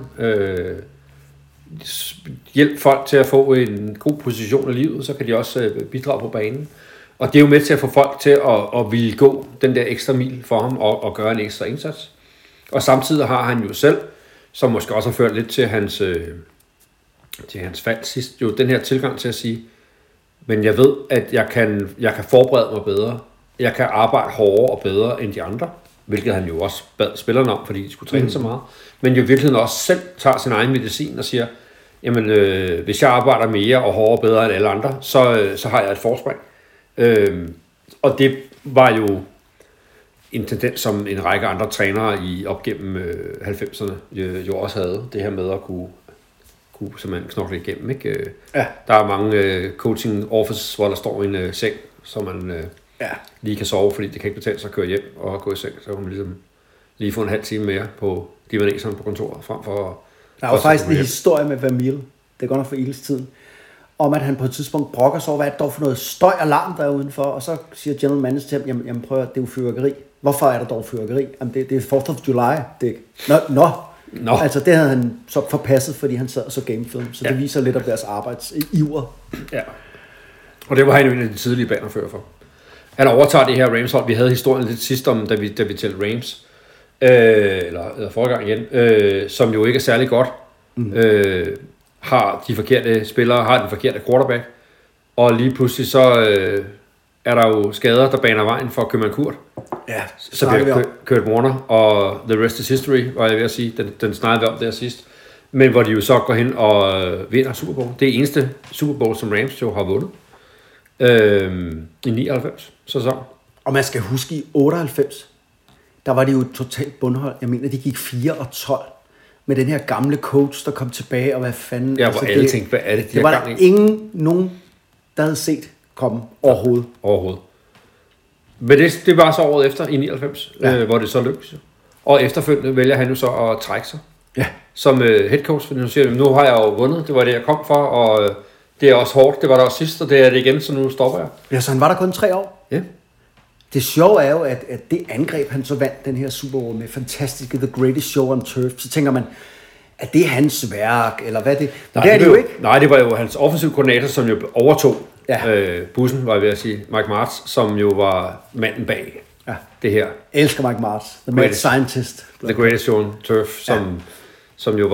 Hjælp folk til at få en god position i livet, så kan de også bidrage på banen. Og det er jo med til at få folk til at ville gå den der ekstra mil for ham og gøre en ekstra indsats. Og samtidig har han jo selv, som måske også har ført lidt til hans fald sidst, jo den her tilgang til at sige, men jeg ved, at jeg kan forberede mig bedre. Jeg kan arbejde hårdere og bedre end de andre, hvilket han jo også bad spillerne om, fordi de skulle træne så meget. Men jo virkelig også selv tager sin egen medicin og siger, jamen hvis jeg arbejder mere og hårdere og bedre end alle andre, så har jeg et forspring. Og det var jo en tendens, som en række andre trænere op gennem 90'erne jo også havde, det her med at kunne simpelthen knokle igennem. Ikke? Ja. Der er mange coaching offices, hvor der står en seng, så man lige kan sove, fordi det kan ikke betale sig at køre hjem og gå i seng, så kan man ligesom lige få en halv time mere på libaneserne på kontoret, frem for... Der er jo faktisk en historie med Vermeil, det er godt nok for Eagles-tiden, om at han på et tidspunkt brokker sig over, hvad er det dog for noget støj og larm der er udenfor, og så siger general manager til ham, jamen prøv at det er jo fyrværkeri. Hvorfor er der dog fyrværkeri? Jamen det er 4th of July, det er ikke. Nå. Altså det havde han så forpasset, fordi han sad og så gamefilm, så det viser lidt af deres arbejdsiver. Ja, og det var han jo en af de tidlige banerfører for. Han overtager det her Rams-hold. Vi havde historien lidt sidst om, da vi talte Rams, eller forrige gang igen, som jo ikke er særlig godt. Har de forkerte spillere, har den forkerte quarterback, og lige pludselig så er der jo skader, der baner vejen for Købmann Kurt. Ja, så bliver Kurt Warner, og the rest is history, var jeg ved at sige, den snakkede vi om der sidst. Men hvor de jo så går hen og vinder Super Bowl. Det er eneste Super Bowl, som Rams jo har vundet. I 99 sæson. Og man skal huske, i 98, der var det jo et totalt bundhold. Jeg mener, de gik 4-12 med den her gamle coach, der kom tilbage, og hvad fanden... Ja, hvor alle tænkte, hvad er det, det var der nogen, der havde set komme overhovedet. Men det var så året efter, i 99, hvor det så lykkedes. Og efterfølgende vælger han jo så at trække sig som head coach, fordi nu siger nu har jeg jo vundet, det var det, jeg kom for, og det er også hårdt, det var der også sidst, og det er det igen, så nu stopper jeg. Ja, så han var der kun 3 år? Ja. Det sjove er jo, at det angreb, han så vandt den her Super Bowl med fantastiske The Greatest Show on Turf, så tænker man, at det er hans værk, eller hvad det? Nej, det er det jo ikke. Nej, det var jo hans offensiv koordinator, som jo overtog bussen, var jeg ved at sige, Mike Martz, som jo var manden bag det her. Jeg elsker Mike Martz, the mad scientist. The Greatest Show on Turf, som jo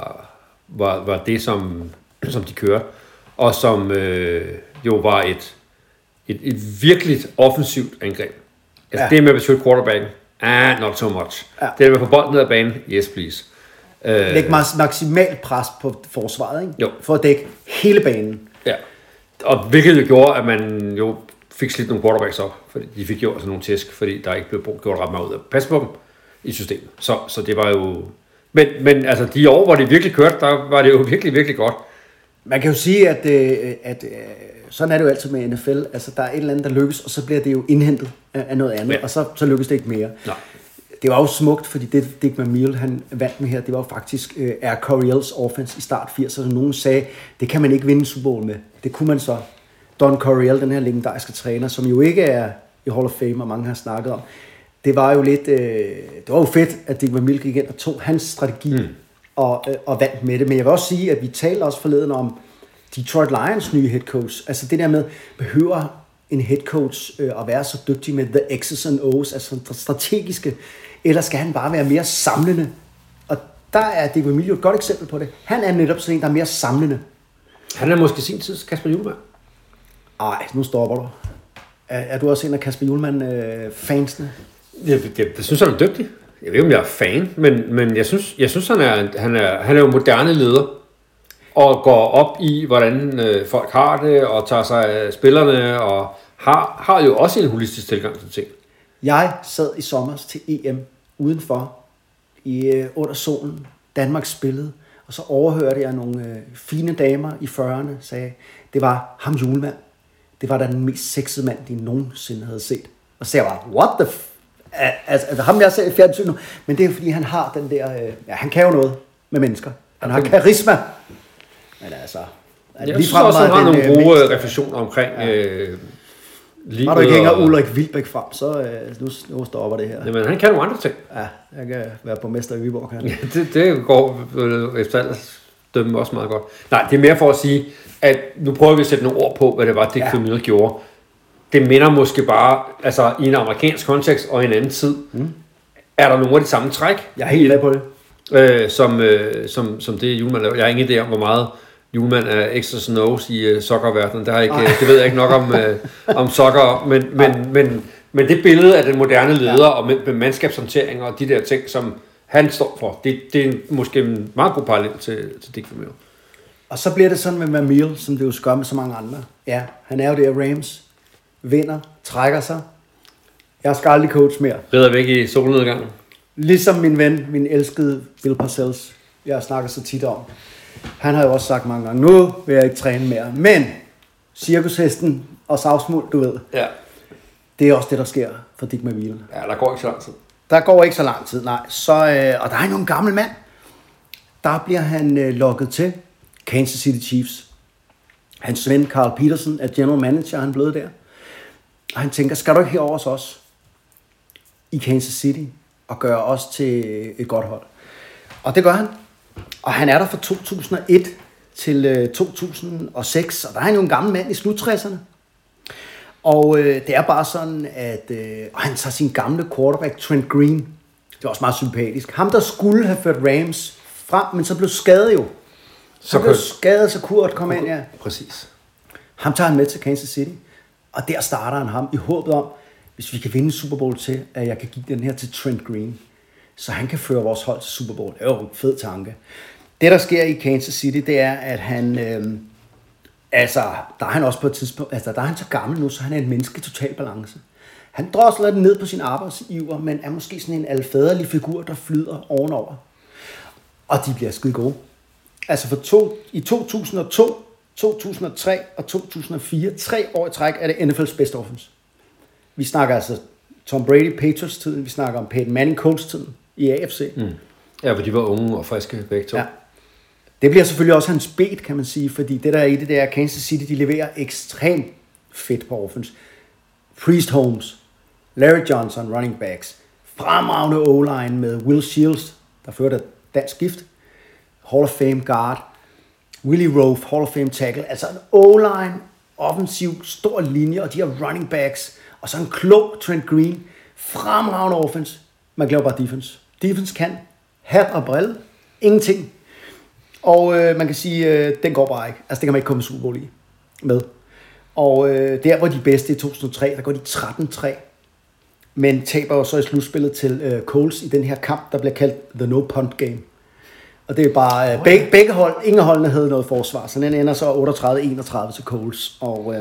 var det, som de kørte, og som jo var et virkeligt offensivt angreb. Altså det med at beskytte quarterbacken, not so much. Det med at få bolden ned ad banen, yes please. Læg maksimalt pres på forsvaret, ikke? Jo. For at dække hele banen. Ja. Og hvilket jo gjorde, at man jo fik slidt nogle quarterbacks op, fordi de fik jo altså nogle tæsk, fordi der ikke blev gjort ret meget ud af at passe på dem i systemet. Så det var jo... Men altså de år, hvor det virkelig kørte, der var det jo virkelig, virkelig godt. Man kan jo sige, at sådan er det jo altid med NFL. Altså der er et eller andet, der lykkes, og så bliver det jo indhentet af noget andet, og så lykkes det ikke mere. Nej. Det var jo smukt, fordi det Dick Vermeil, han vandt med her, det var jo faktisk Air Coryells offense i start 80'erne. Nogen sagde, det kan man ikke vinde Super Bowl med. Det kunne man så. Don Coryell, den her legendariske træner, som jo ikke er i Hall of Fame, og mange har snakket om. Det var jo lidt, det var jo fedt, at Dick Vermeil gik ind og tog hans strategi og vandt med det. Men jeg vil også sige, at vi talte også forleden om Detroit Lions nye head coach. Altså det der med, behøver en head coach at være så dygtig med the X's and O's, altså strategiske, eller skal han bare være mere samlende? Og der er Dick Vermeil jo et godt eksempel på det. Han er netop sådan en, der er mere samlende. Han er måske sin tids Kasper Hjulmand. Ej, nu stopper du. Er du også en af Kasper Hjulmand-fansene? Jeg synes, han er dygtig. Jeg ved ikke, om jeg er fan, men jeg synes han er jo moderne leder. Og går op i, hvordan folk har det, og tager sig af spillerne, og har jo også en holistisk tilgang til ting. Jeg sad i sommer til EM udenfor, under solen. Danmark spillede, og så overhørte jeg nogle fine damer i 40'erne, sagde, det var ham Hjulmand. Det var da den mest sexede mand, de nogensinde havde set. Og så sagde jeg bare, what the altså ham jeg ser i fjernsyn nu. Men det er fordi, han har den der, han kan jo noget med mennesker. Han har karisma. Men altså... Jeg synes også, han har nogle gode refleksioner omkring livet. Når du ikke hænger Ulrik Wilbæk frem, så nu stopper det her. Jamen, han kan nogle andre ting. Ja, jeg kan være borgmester i Viborg, kan ja, det går efter alt dømme også meget godt. Nej, det er mere for at sige, at nu prøver vi at sætte nogle ord på, hvad det var, Dick Vermeil gjorde. Det minder måske bare, altså i en amerikansk kontekst og i en anden tid, er der nogle af de samme træk. Jeg er helt med på det. Som det Hjulmand laver. Jeg har ingen idé om, hvor meget Hjulmand er X's and O's i soccerverdenen. Det ved jeg ikke nok om soccer, men det billede af den moderne leder og med mandskabshåndtering og de der ting, som han står for, det er måske en meget god parallel til Dick Vermeil. Og så bliver det sådan med Vermeil, som det jo gør med så mange andre. Ja, han er jo der Rams, vinder, trækker sig. Jeg skal aldrig coach mere. Rider væk i solnedgangen. Ligesom min ven, min elskede Bill Parcells, jeg snakker så tit om. Han har jo også sagt mange gange, nu vil jeg ikke træne mere. Men cirkushesten og savsmuld, du ved. Ja. Det er også det, der sker for Dick Vermeil. Ja, der går ikke så lang tid. der går ikke så lang tid, nej. Så, og der er jo en gammel mand. Der bliver han lokket til Kansas City Chiefs. Hans ven Carl Peterson er general manager, han blev der. Og han tænker, skal du ikke herover hos os i Kansas City og gøre os til et godt hold? Og det gør han. Og han er der fra 2001 til 2006, og der er han jo en gammel mand i slut-60'erne. Og det er bare sådan, at han tager sin gamle quarterback, Trent Green. Det er også meget sympatisk. Ham, der skulle have ført Rams frem, men så blev skadet jo. Så Kurt kom ind, ja. Præcis. Ham tager han med til Kansas City, og der starter han ham i håbet om, hvis vi kan vinde Super Bowl til, at jeg kan give den her til Trent Green, så han kan føre vores hold til Super Bowl. Det er jo en fed tanke. Det, der sker i Kansas City, det er, at han, der er han også på et tidspunkt, der er han så gammel nu, så han er en menneske i total balance. Han drosler den ned på sin arbejdsiver, men er måske sådan en alfaderlig figur, der flyder ovenover. Og de bliver skide gode. Altså i 2002, 2003 og 2004, 3 år i træk, er det NFL's bedste offense. Vi snakker altså Tom Brady, Patriots-tiden, vi snakker om Peyton Manning, Colts-tiden i AFC. Ja, for de var unge og friske begge to. Ja. Det bliver selvfølgelig også hans bed, kan man sige, fordi det der er i det, der Kansas City, de leverer ekstremt fedt på offense. Priest Holmes, Larry Johnson, running backs, fremragende O-line med Will Shields, der førte dansk gift, Hall of Fame guard, Willie Roaf, Hall of Fame tackle, altså en O-line, offensiv, stor linje, og de har running backs, og så en klog Trent Green, fremragende offense, man glemmer bare defense. Defense kan hat og brille, ingenting. Og man kan sige, den går bare ikke. Altså det kan man ikke komme Super Bowl i med. Og der hvor de bedste i 2003, der går de 13-3. Men taber jo så i slutspillet til Colts i den her kamp, der bliver kaldt The No Punt Game. Og det er bare begge hold, ingen af holdene havde noget forsvar, så den ender så 38-31 til Colts. Og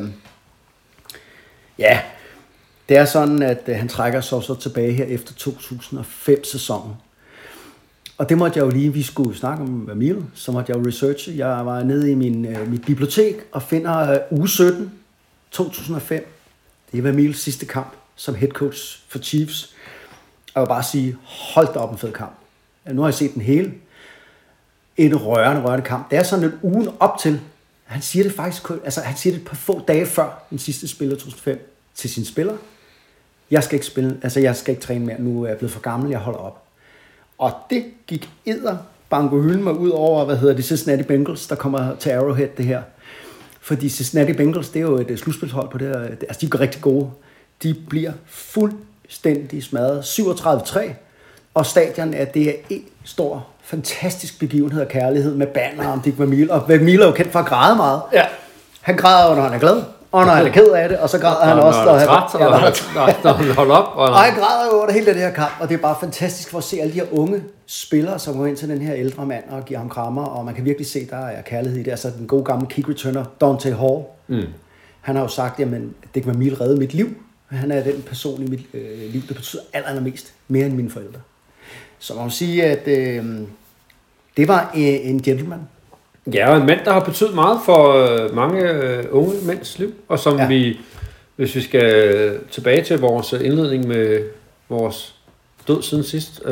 det er sådan, at han trækker sig så tilbage her efter 2005-sæsonen. Og det måtte jeg jo lige, vi skulle snakke om Emil, så måtte jeg jo researche. Jeg var nede i mit bibliotek og finder uge 17, 2005. Det var Emils sidste kamp som head coach for Chiefs. Og jeg vil bare sige, hold da op en fed kamp. Nu har jeg set den hele. En rørende kamp. Det er sådan en ugen op til. Han siger det faktisk, altså han siger det et par få dage før den sidste spiller 2005 til sine spillere. Jeg skal ikke spille, altså jeg skal ikke træne mere. Nu er jeg blevet for gammel, jeg holder op. Og det gik banko hylden mig ud over, Cincinnati Bengals, der kommer til Arrowhead det her. Fordi Cincinnati Bengals, det er jo et slutspilshold på det her. Altså de er rigtig gode. De bliver fuldstændig smadret. 37-3. Og stadion er en stor, fantastisk begivenhed og kærlighed med banner om Dick Vermeil. Og Vermeil er jo kendt for at græde meget. Ja. Han græder, når han er glad. Og når han er ked af det, og så græder han også, når han holder op. Og han græder jo over det hele det her kamp, og det er bare fantastisk for at se alle de her unge spillere, som går ind til den her ældre mand og giver ham krammer, og man kan virkelig se, der er kærlighed i det. Altså den gode gamle kick returner, Dante Hall, han har jo sagt, jamen, Dick Vermeil reddede mit liv. Han er den person i mit liv, der betyder allermest mere end mine forældre. Så man må sige, at det var en gentleman. Ja, og en mand, der har betydet meget for mange unge mænds liv, og som vi, hvis vi skal tilbage til vores indledning med vores død siden sidst,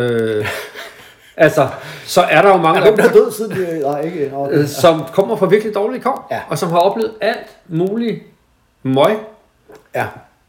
så er der jo mange, der er død siden, som kommer fra virkelig dårlige kår, og som har oplevet alt muligt møg. Ja.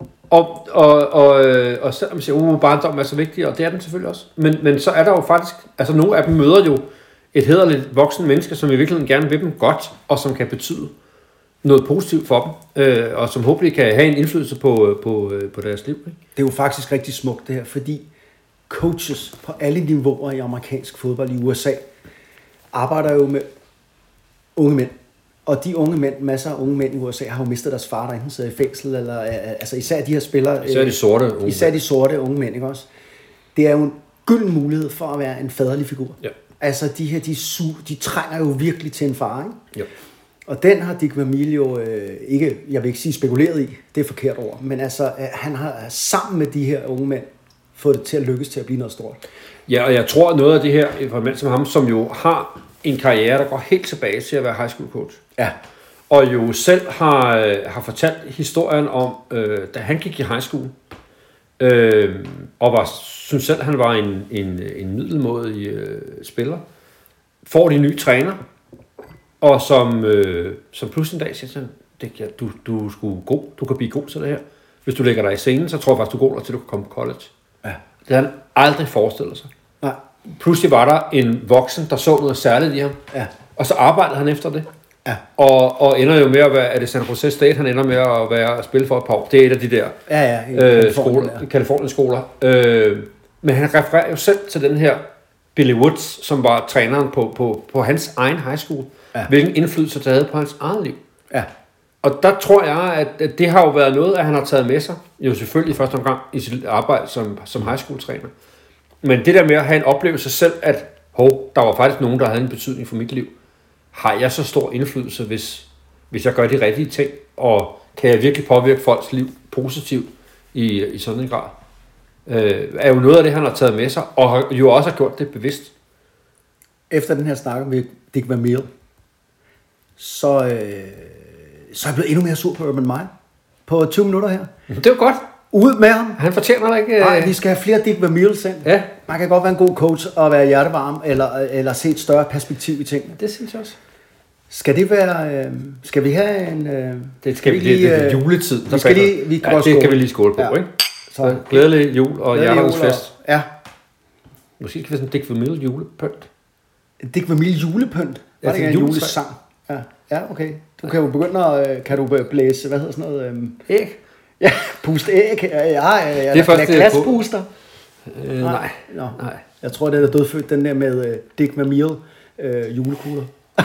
Og selvom man siger, barndom er så vigtig, og det er den selvfølgelig også, men så er der jo faktisk, altså nogle af dem møder jo et hæderligt voksen menneske, som i virkeligheden gerne vil dem godt, og som kan betyde noget positivt for dem, og som håbentlig kan have en indflydelse på deres liv. Ikke? Det er jo faktisk rigtig smukt det her, fordi coaches på alle niveauer i amerikansk fodbold i USA arbejder jo med unge mænd. Og de unge mænd, masser af unge mænd i USA, har jo mistet deres far, der enten sidder i fængsel, eller altså især de her spillere. Især de sorte unge mænd, ikke også? Det er jo en gylden mulighed for at være en faderlig figur. Ja. Altså de her, de trænger jo virkelig til en far, ikke? Ja. Og den har Dick Vermeil jo ikke, jeg vil ikke sige spekuleret i, det er forkert ord, men altså han har sammen med de her unge mænd fået det til at lykkes til at blive noget stort. Ja, og jeg tror noget af det her, for en mand som ham, som jo har en karriere, der går helt tilbage til at være high school coach. Ja. Og jo selv har fortalt historien om, da han gik i high school, Og synes selv, han var en middelmådig spiller. Får de nye træner, og som pludselig en dag siger, du er sgu god, du kan blive god til det her. Hvis du lægger dig i scenen, så tror jeg faktisk, du går der til, du kan komme på college. Ja. Det havde han aldrig forestillet sig. Nej. Pludselig var der en voksen, der så noget særligt i ham, og så arbejdede han efter det. Ja. Og ender jo med at være, er det San Jose State, han ender med at spille for et par år. Det er et af de der California-skoler. Men han refererer jo selv til den her Billy Woods, som var træneren på hans egen high school. Ja. Hvilken indflydelse det havde på hans eget liv. Ja. Og der tror jeg, at det har jo været noget, at han har taget med sig. Jo selvfølgelig i første omgang i sit arbejde som high school træner. Men det der med at have en oplevelse selv, at der var faktisk nogen, der havde en betydning for mit liv. Har jeg så stor indflydelse, hvis jeg gør de rigtige ting? Og kan jeg virkelig påvirke folks liv positivt i sådan en grad? Er jo noget af det, han har taget med sig, og jo også har gjort det bevidst. Efter den her snak med Dick Vermeil, så er jeg blevet endnu mere sur på Urban Meyer. På 20 minutter her. Det er jo godt. Ud med ham. Han fortjener da ikke... Nej, vi skal have flere Dick Vermeils ind. Ja. Man kan godt være en god coach og være hjertevarm, eller se et større perspektiv i tingene. Det synes jeg også. Skal det være... skal vi have en... det skal det er juletid. Det kan vi lige skåle på, ikke? Så glædelig jul og hjerternes fest. Ja. Måske kan vi sådan en Dick Vermeil julepynt. Dick Vermeil julepynt? Var det en julesang? Ja, okay. Du kan jo begynde at... Kan du blæse... Hvad hedder sådan noget? Æg? Ja, puste æg. Ja, det er først glasbooster. Nej. Jeg tror, det er dødfødt, den der med Dick Vermeil julekugler.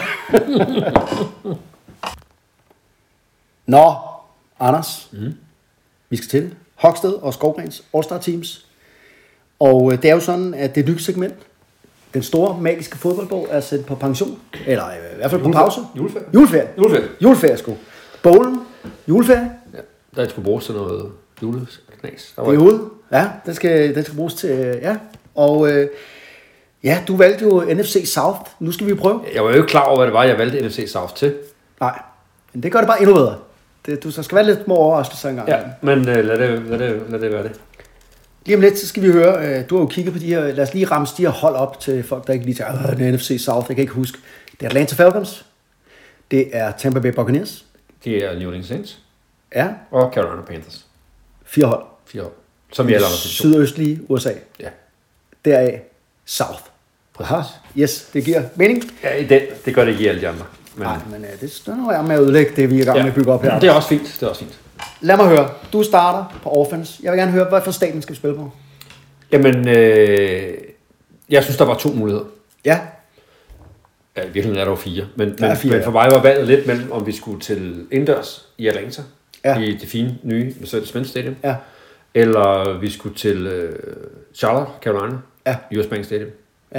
Nå, Anders. Vi skal til Hogsted og Skovgrens All-Star Teams. Og det er jo sådan, at det er et nyt segment. Den store magiske fodboldbog er sendt på pension. Eller i hvert fald på pause. Juleferie, sgu. Bowlen. Juleferie. Ja, der skulle bruges til noget juleknas. Det er ude. Ja, den skal bruges til... Ja. Og... ja, du valgte jo NFC South. Nu skal vi prøve. Jeg var jo ikke klar over, hvad det var, jeg valgte NFC South til. Nej, men det gør det bare endnu bedre. Du skal være lidt små overraskelser engang. Ja, men lad det være det. Lige om lidt, så skal vi høre, du har jo kigget på de her, lad os lige ramse de her hold op til folk, der ikke lige tager, det er NFC South, jeg kan ikke huske. Det er Atlanta Falcons, det er Tampa Bay Buccaneers. Det er New Orleans Saints. Ja. Og Carolina Panthers. 4 hold. Som gælder sydøstlige USA. Ja. Deraf South. Aha. Yes, det giver mening. Ja, det gør det ikke i alle de andre. Nej, men det er jeg med at ødelægge det, vi er i gang med at bygge op her. Det er også fint. Lad mig høre. Du starter på offense. Jeg vil gerne høre, hvad for staten skal vi spille på? Jamen, jeg synes, der var 2 muligheder. Ja. Ja, i virkeligheden er der jo 4. Men for mig var valget lidt mellem, om vi skulle til indendørs i Atlanta, i det fine nye Mercedes-Benz Stadium, eller vi skulle til Charlotte, Carolina, US Bank Stadium. Ja.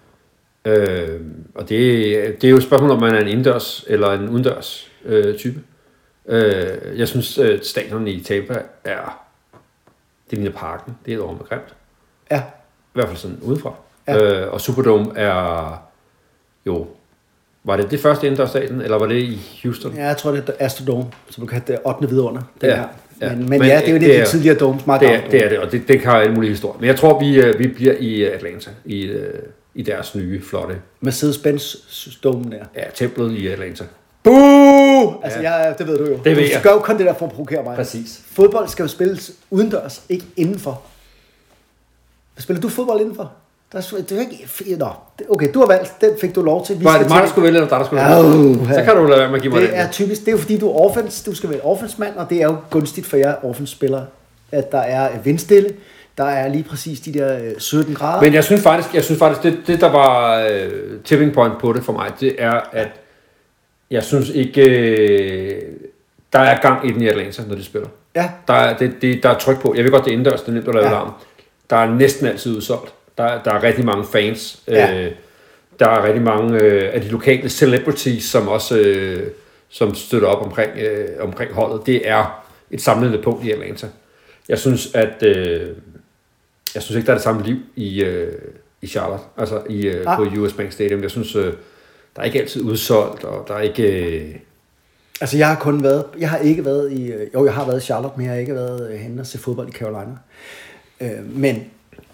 Og det er jo et spørgsmål, om man er en indendørs eller en udendørs type. Jeg synes, at stadion i Tampa det ligner parken. Det er et ordet grimt. Ja. I hvert fald sådan udefra. Ja. Og Superdome er jo... Var det første indendørsstadion, eller var det i Houston? Ja, jeg tror, det er Astrodome, så du kan have det 8. vidunder. Men ja, det er jo det de tidligere domes. Det er det, og det kan have alle mulige historier. Men jeg tror, vi bliver i Atlanta, i deres nye, flotte... Mercedes-Benz-domen der. Ja, templet i Atlanta. Boo! Altså, det ved du jo. Det ved jeg. Du gør jo kun det der for at provokere mig. Præcis. Fodbold skal jo spilles udendørs, ikke indenfor. Spiller du fodbold indenfor? Okay, du har valgt, den fik du lov til. Var det mig, der skulle vælge, eller dig, der skulle vælge? Så kan du lade være med at give mig det. Det er typisk, det er jo fordi, du er offense, du skal være offense-mand, og det er jo gunstigt for jer offense-spillere, at der er vindstille, der er lige præcis de der 17 grader. Men jeg synes faktisk, det der var tipping point på det for mig, det er, at jeg synes ikke, der er gang i den i Atlanta, når de spiller. Ja. Der er tryk på. Jeg ved godt, det er indendørs, det er nemt at lave larm. Der er næsten altid udsolgt. Der er rigtig mange fans. Ja. Der er rigtig mange af de lokale celebrities, som også som støtter op omkring holdet. Det er et samlende punkt i Atlanta. Jeg synes, at jeg synes ikke, der er det samme liv i Charlotte, altså på US Bank Stadium. Jeg synes, der er ikke altid udsolgt, og der er ikke... Altså, jeg har ikke været i... Jo, jeg har været i Charlotte, men jeg har ikke været henne og se fodbold i Carolina. Men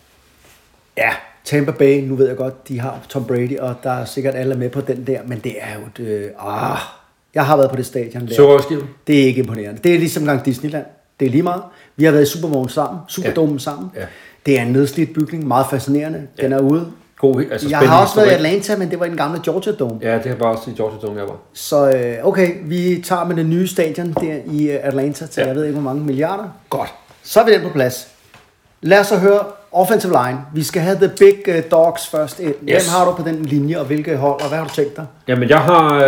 ja, Tampa Bay, nu ved jeg godt, de har Tom Brady, og der er sikkert alle med på den der, men det er jo jeg har været på det stadion der. Sørøvskiven? Det er ikke imponerende. Det er ligesom gang Disneyland. Det er lige meget. Vi har været i Superdomen sammen. Ja. Det er en nedslidt bygning, meget fascinerende. Den er ude. God, altså jeg har også været i Atlanta, men det var i den gamle Georgia Dome. Ja, det var også i Georgia Dome, jeg var. Så okay, vi tager med det nye stadion der i Atlanta til jeg ved ikke, hvor mange milliarder. Godt. Så er vi den på plads. Lad os så høre offensive line. Vi skal have the big dogs først ind. Hvem har du på den linje, og hvilke hold, og hvad har du tænkt dig? Jamen, jeg har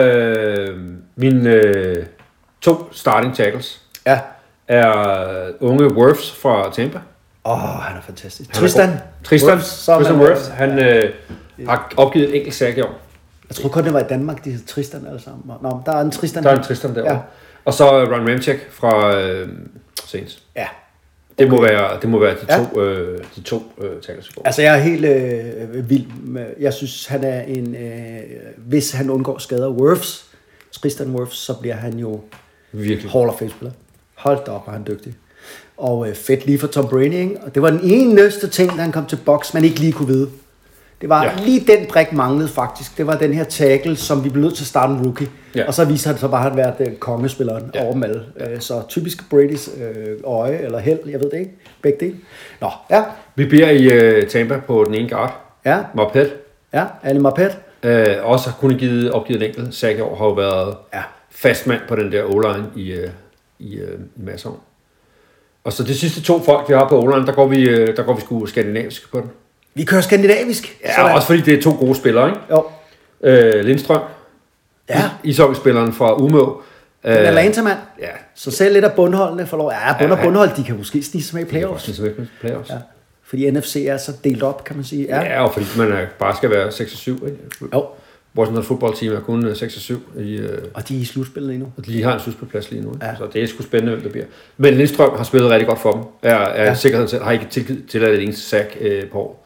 mine 2 starting tackles. Ja. Er unge Wirfs fra Tampa. Han er fantastisk. Tristan Wirfs. Han har opgivet et enkelt sack i år. Jeg tror kun, det var i Danmark, de hed Tristan alle sammen. Nå, der er en Tristan. Der er en Tristan derovre. Ja. Og så Ron Ramczyk fra Saints. Ja. Det må være de to tackles. Altså, jeg er helt vild med, jeg synes, han er en, hvis han undgår skader, Tristan Wirfs, så bliver han jo virkelig Hall of Fame-spiller. Hold da op, er han dygtig. Og fedt lige for Tom Brady, ikke? Og det var den eneste ting, da han kom til boks, man ikke lige kunne vide. Det var lige den brik manglede faktisk. Det var den her tackle, som vi blev nødt til at starte en rookie. Ja. Og så viser han så bare, at han har været kongespilleren over dem alle. Så typisk Bradys øje eller held, jeg ved det ikke. Begge dele. Nå, ja. Vi bliver i Tampa på den ene guard. Ja. Marpet. Ja, Ali Marpet. Også har kun opgivet en enkelt sack i år, har jo været fastmand på den der O-line i masser år. Og så de sidste 2 folk, vi har på O-line, der går vi sgu skandinavisk på den. Vi kører skandinavisk. Ja, sådan. Også fordi det er 2 gode spillere, ikke? Jo. Lindstrøm. Ja. Ishockeyspilleren fra Umeå. Den Atlanta-mand. Ja. Så selv lidt af bundholdene får lov. Ja, bundhold, de kan måske snige sig med i playoffs. Ja. Fordi NFC er så delt op, kan man sige. Ja, og fordi man bare skal være 6-7, ikke? Jo. Washington fodboldteam er kun 6-7. Og de er i slutspillet lige nu. Og de har en slutspilplads lige nu. Ja. Så det er sgu spændende, hvem det bliver. Men Lindstrøm har spillet rigtig godt for dem. Sikkerheden selv har ikke tilladt et eneste sack på år.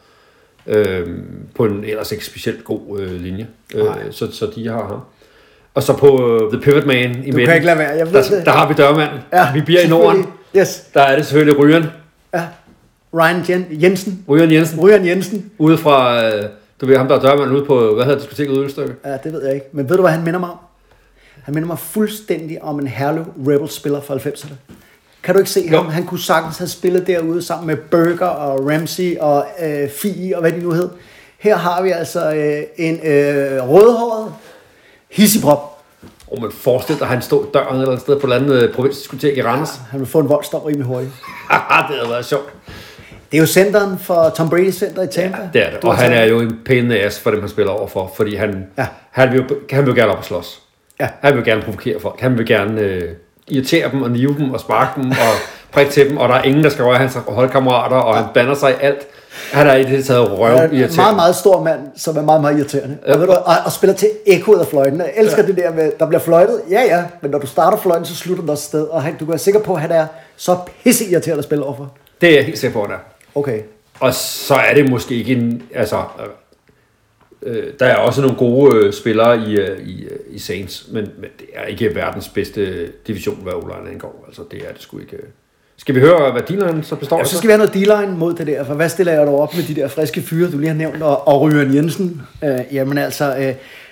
På en ellers ikke specielt god linje. Så de har ham. Og så på The Pivot Man i midten. Du kan ikke lade være, jeg ved det. Der har vi dørmanden. Ja, vi bliver i Norden. Yes. Der er det selvfølgelig Ryan. Ja. Ryan Jensen. Ude fra, du ved ham, der er dørmanden ude på, hvad hedder diskoteket ude i Ølstykke? Ja, det ved jeg ikke. Men ved du, hvad han minder mig om? Han minder mig fuldstændig om en Herlev Rebels-spiller fra 90'erne. Kan du ikke se ham? Han kunne sagtens have spillet derude sammen med Burger og Ramsey og Fie og hvad de nu hed. Her har vi altså en rødhåret hissiprop. Men forestil dig, at han stod i døren eller et sted på et eller andet provinsdiskotek i Randers. Ja, han vil få en voldsdom rimelig hurtigt. Det havde været sjovt. Det er jo centeren for Tom Brady center i Tampa. Ja, det er det. Og han er jo en pain in the ass for dem, han spiller overfor. Fordi han vil gerne op og slås. Ja. Han vil gerne provokere folk. Han vil gerne irritere dem og nive dem og sparke dem og prikke til dem. Og der er ingen, der skal røre hans holdkammerater, og han bander sig i alt. Han er i det taget røvirriterende. En meget, meget stor mand, som er meget, meget irriterende. Ja. Og spiller til ekkoet af fløjten. Jeg elsker det der med, der bliver fløjtet. Ja, men når du starter fløjten, så slutter den også sted. Og du kan være sikker på, at han er så pisseirriterende at spille overfor. Det er jeg helt sikker på, at der. Okay. Og så er det måske ikke en... Altså, der er også nogle gode spillere i Saints, men det er ikke verdens bedste division, hvad O-line angår. Altså, det er det sgu ikke... Skal vi høre, hvad D-line så består af? Så skal vi have noget D-line mod det der, for hvad stiller jeg dig op med de der friske fyre, du lige har nævnt, og Ryan Jensen? Jamen altså,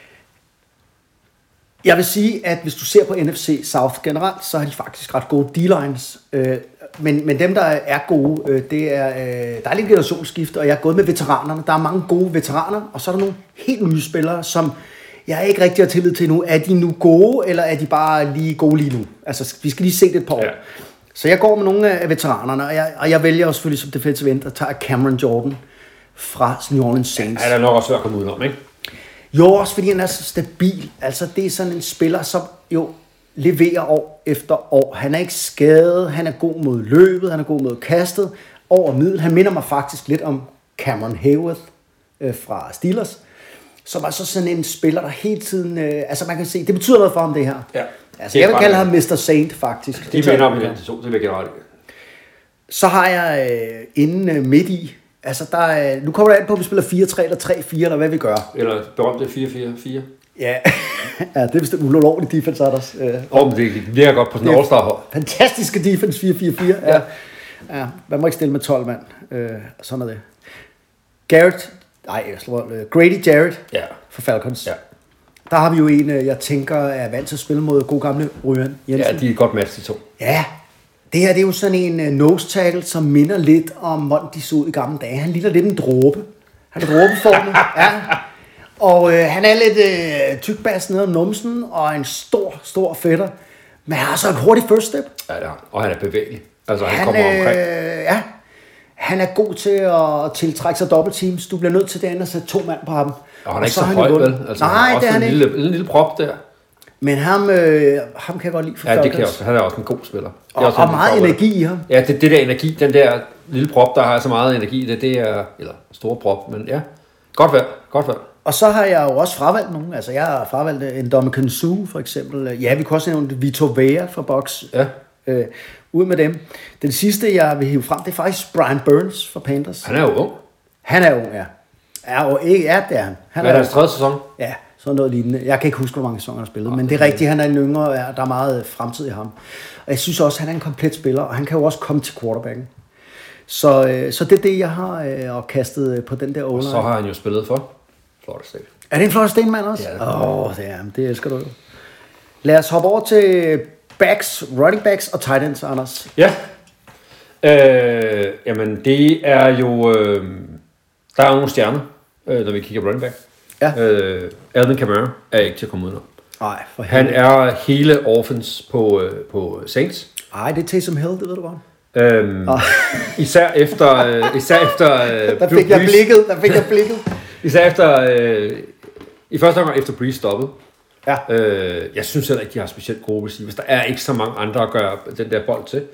jeg vil sige, at hvis du ser på NFC South generelt, så har de faktisk ret gode D-lines. Men dem, der er gode, det er, der er lidt generationsskift, og jeg er gået med veteranerne. Der er mange gode veteraner, og så er der nogle helt nye spillere, som jeg ikke rigtig har tillid til nu. Er de nu gode, eller er de bare lige gode lige nu? Altså, vi skal lige se det et par år. Ja. Så jeg går med nogle af veteranerne, og jeg vælger også selvfølgelig som defensive end at tage Cameron Jordan fra New Orleans Saints. Ja, han er nok også svært at komme udenom, ikke? Jo, også fordi han er så stabil. Altså, det er sådan en spiller, som jo leverer år efter år. Han er ikke skadet, han er god mod løbet, han er god mod kastet, over middel. Han minder mig faktisk lidt om Cameron Hayward fra Steelers, som er så sådan en spiller, der hele tiden... altså, man kan se, det betyder noget for ham, det her. Ja. Altså, jeg vil kalde ham Mr. Saint, faktisk. De minder om det to, det vil jeg gerne. Så har jeg inden midt i, altså nu kommer der an på, om vi spiller 4-3 eller 3-4, eller hvad vi gør. Eller berømte 4-4-4. Ja, ja, det er vist en ulovlig defense, Anders. Men det virker godt på sådan en all-star-hold. Fantastiske defense, 4-4-4. Ja, man må ikke stille med 12 mand. Sådan er det. Grady Jarrett for Falcons. Ja. Der har vi jo en, jeg tænker, er vant til at spille mod god gamle Ryan Jensen. Ja, de er godt match, de to. Ja, det her det er jo sådan en nose tackle, som minder lidt om, hvordan de så ud i gamle dage. Han ligner lidt en dråbe. Han er dråbeformet. Ja. Og han er lidt tykbas nede om numsen, og en stor fætter. Men han har så et hurtigt first step. Ja, det har. Og han er bevægelig. Altså, han kommer omkring. Ja, han er god til at tiltrække sig double teams. Du bliver nødt til at sætte 2 mand på ham. Og han er ikke så høj, vel? Altså, nej, det er han ikke. En lille prop der. Men ham kan jeg godt lide for Falcons. Ja, det kan jeg også. Han er også en god spiller. Og meget energi i ham. Ja, det der energi, den der lille prop, der har så meget energi, det er, eller store prop, men ja, godt valg. Og så har jeg jo også fravalgt nogen. Altså, jeg har fravalgt en Dominican Sue, for eksempel. Ja, vi kan også nævne Vito Vea fra Bucks. Ja. Ud med dem. Den sidste, jeg vil hive frem, det er faktisk Brian Burns fra Panthers. Han er jo ung. Han er ung, ja. Det er han. Hvad er hans 3. sæson? Ja, sådan noget lignende. Jeg kan ikke huske, hvor mange sæsoner han har spillet, men det er rigtigt, han er en yngre, der er meget fremtid i ham. Og jeg synes også, han er en komplet spiller, og han kan jo også komme til quarterbacken. Så det er det, jeg har kastet på den der O-line. Og så har han jo spillet for Florida State. Er det en Florida State mand også? Ja, det elsker du jo. Lad os hoppe over til running backs og tight ends, Anders. Ja. Jamen, det er jo... der er nogle stjerner, når vi kigger på running back. Ja. Alvin Kamara er ikke til at komme udenom. Nej, for han er hele offense på Saints. Nej, det er Taysom Hill, det ved du godt. Især efter der fik jeg blikket. Især efter i første omgang efter Breeze stoppede. Ja. Jeg synes heller ikke, de har specielt gode receivers. Der er ikke så mange andre at gøre den der bold til.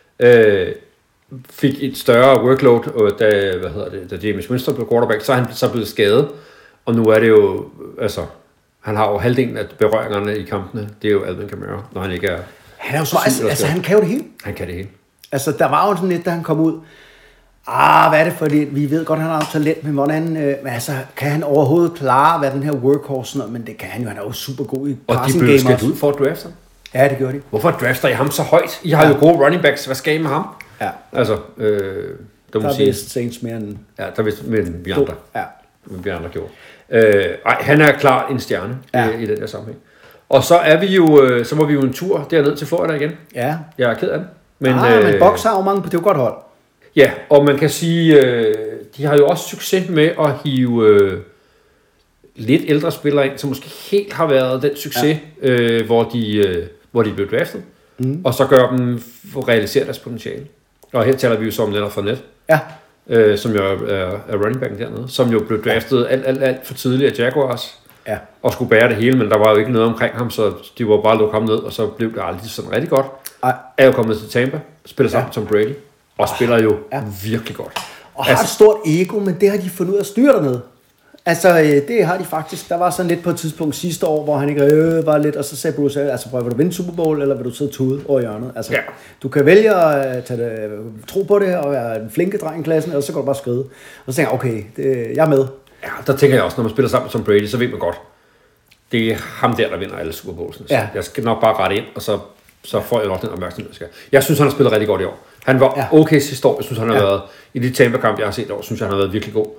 Fik et større workload, da James Winston blev quarterback, så er han så blevet skadet. Og nu er det jo, altså, han har jo halvdelen af berøringerne i kampene. Det er jo Alvin Kamara, når han ikke er... Han er jo så, altså han kan jo det hele. Han kan det hele. Altså, der var jo sådan lidt, da han kom ud. Hvad er det for det? Vi ved godt, han har talent, men hvordan... altså, kan han overhovedet klare, hvad den her workhorse er? Men det kan han jo, han er jo super god i passing game. Og de blev skilt ud for at drafte. Ja, det gjorde de. Hvorfor drafter I ham så højt? I har jo gode running backs. Hvad skal I med ham? Ja. Altså, der er vist Saints mere end... Ja, der er vist mere end vi andre. Ja. Vi andre gjorde. Han er klart en stjerne i den der sammenhæng. Og så er vi jo, så var vi jo en tur derned til Florida igen. Ja. Jeg er ked af det. Men Bucks har jo mange på det, er jo godt hold. Ja, og man kan sige, de har jo også succes med at hive lidt ældre spillere ind, som måske helt har været den succes, hvor de blev draftet, og så gør dem realisere deres potentiale. Og her taler vi jo så om Leonard Fournette, som jo er running backen dernede, som jo blev draftet alt for tidligt af Jaguars, og skulle bære det hele, men der var jo ikke noget omkring ham, så de var bare lukket ham ned, og så blev det aldrig sådan rigtig godt. Er jo kommet til Tampa, spiller sammen med Tom Brady, og spiller jo virkelig godt. Og har et stort ego, men det har de fundet ud af at styre dernede. Altså, det har de faktisk. Der var sådan lidt på et tidspunkt sidste år, hvor han ikke var lidt, og så sagde Bruce, altså, vil du vinde Super Bowl, eller vil du sidde tude over hjørnet? Altså, du kan vælge at tro på det, og være en flinke dreng i klassen, eller så går du bare skride. Og så tænker jeg, okay, jeg er med. Ja, der tænker jeg også, når man spiller sammen med Tom Brady, så ved man godt, det er ham der vinder alle Super Bowls. Ja. Jeg skal nok bare rette ind, og så får jeg nok den opmærksomhed, jeg skal. Jeg synes, han har spillet rigtig godt i år. Han var okay sidste år. Jeg synes, han har været, i de Tampa-kamp, jeg har set i år, synes jeg, han har været virkelig god.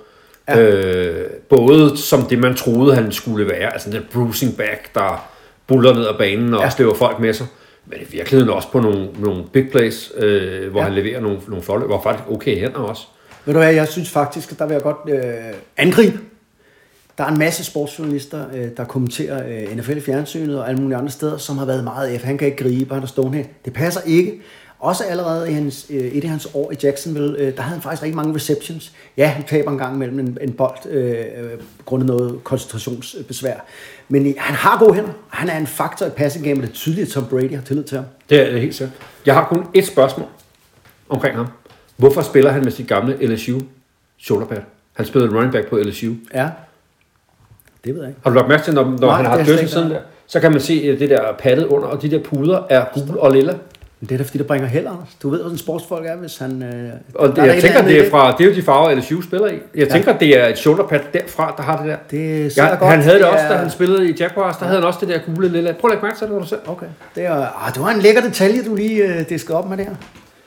Både som det, man troede, han skulle være, altså den bruising back, der buller ned ad banen og slæver folk med sig, men i virkeligheden også på nogle big plays, hvor han leverer nogle flotte, hvor faktisk okay hænder også. Ved du hvad, jeg synes faktisk, at der vil jeg godt angribe. Der er en masse sportsjournalister, der kommenterer NFL i fjernsynet og alle mulige andre steder, som har været meget han kan ikke gribe, han er stående her. Det passer ikke. Også allerede i et af hans år i Jacksonville, der havde han faktisk rigtig mange receptions. Ja, han taber en gang imellem en bold, grundet noget koncentrationsbesvær. Men han har gode hænder. Han er en faktor i passing game, og det er tydeligt, at Tom Brady har tillid til ham. Det er helt sikkert. Jeg har kun et spørgsmål omkring ham. Hvorfor spiller han med sit gamle LSU shoulderpad? Han spillede running back på LSU. Ja, det ved jeg ikke. Har du lagt mærke til, når han har dødsen sådan der, så kan man se det der paddet under, og de der puder er gule og lilla. Men det er da fordi, der bringer held, Anders. Du ved, hvordan en sportsfolk er, hvis han... Og jeg tænker, det er jo de farver, LSU spiller i. Jeg tænker, det er et shoulderpad derfra, der har det der. Det er godt. Han havde det også, da han spillede i Jaguars. Der havde han også det der gule lille... Prøv at lægge mærke til det, når du ser. Okay. Det var en lækker detalje, du lige diskede op med der.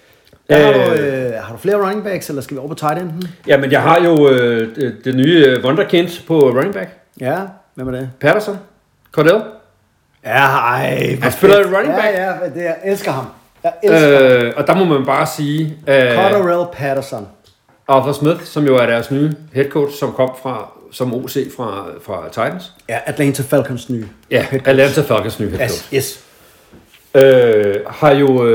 Har du flere running backs, eller skal vi over på tight enden? Ja, men jeg har jo det nye wunderkind på running back. Ja, hvem er det? Patterson. Cordell. Ja, ej. Han spiller running back. Ja, jeg elsker ham. Jeg elsker ham. Og der må man bare sige... Cordell Patterson. Arthur Smith, som jo er deres nye head coach, som kom som OC fra Titans. Ja, Atlanta Falcons nye. Ja, Atlanta Falcons nye head coach. Yes. Har jo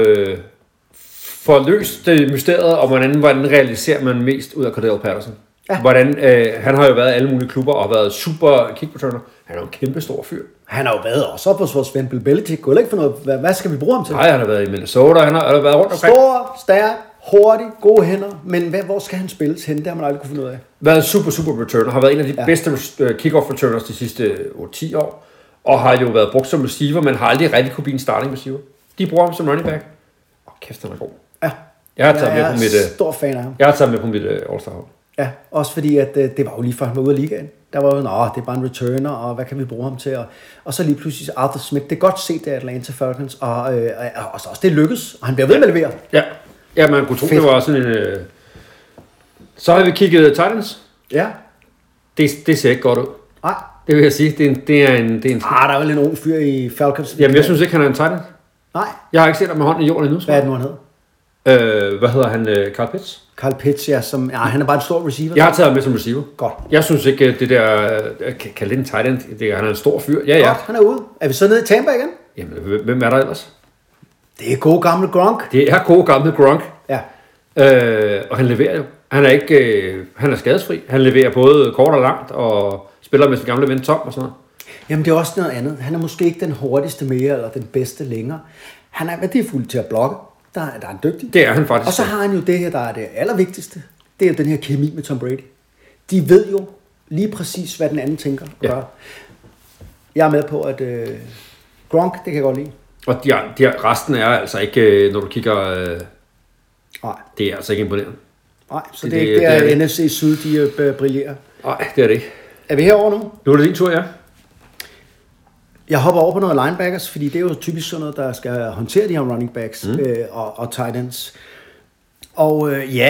forløst mysteriet om, hvordan realiserer man mest ud af Cordell Patterson. Ja. Han har jo været i alle mulige klubber og været super kick returner. Han er jo en kæmpe stor fyr. Han har jo været også op hos vores ven Bill Belichick. Gå ikke for noget. Hvad skal vi bruge ham til? Nej, han har været i Minnesota. Han har været rundt omkring. Stor, stærk, hurtig, gode hænder. Men hvor skal han spilles hen? Det har man aldrig kunne finde ud af. Været super returner. Har været en af de bedste kick-off returners de sidste 10 år. Og har jo været brugt som receiver, men har aldrig rigtig kunne blive en starting receiver. De bruger ham som running back. Kæft, han er god. Ja. Jeg har taget stor fan af ham. Jeg har taget med på mit All-Star-hold. Ja, også fordi, at det var jo lige før han var ude af ligaen. Der var jo, det er bare en returner, og hvad kan vi bruge ham til? Og så lige pludselig Arthur Smith. Det er godt set, det er Atlanta Falcons, og også det lykkes, og han bliver ved med at levere. Ja, man kunne tro, det var sådan en... Så har vi kigget Titans. Ja. Det ser ikke godt ud. Nej. Det vil jeg sige, det er en... der er vel en ung fyr i Falcons. Jamen, jeg synes ikke, han er en Titan. Nej. Jeg har ikke set ham med hånden i jorden endnu. Hvad er det nu, han hedder? Hvad hedder han? Carl Pitts? Carl Pitts, ja. Han er bare en stor receiver. Jeg har taget ham med som receiver. Godt. Jeg synes ikke, det der... Kan det en tight end? Han er en stor fyr. Ja. Godt, han er ude. Er vi så nede i Tampa igen? Jamen, hvem er der ellers? Det er gode gamle Gronk. Det er gode gamle Gronk. Ja. Og han leverer jo. Han er skadesfri. Han leverer både kort og langt, og spiller med sin gamle ven Tom og sådan noget. Jamen, det er også noget andet. Han er måske ikke den hurtigste mere, eller den bedste længere. Han er værdifuld til at blokke. Der er han dygtig. Det er han faktisk. Og så har han jo det her, der er det allervigtigste. Det er jo den her kemi med Tom Brady. De ved jo lige præcis, hvad den anden tænker. Ja. Jeg er med på, at Gronk, det kan jeg godt lide. Og resten er altså ikke, når du kigger... Nej. Det er altså ikke imponerende. Nej, så det er NFC Syd, de brillerer. Nej, det er det ikke. Er vi herovre nu? Nu er det din tur, ja. Jeg hopper over på noget linebackers, fordi det er jo typisk sådan noget, der skal håndtere de her running backs og tight ends. Og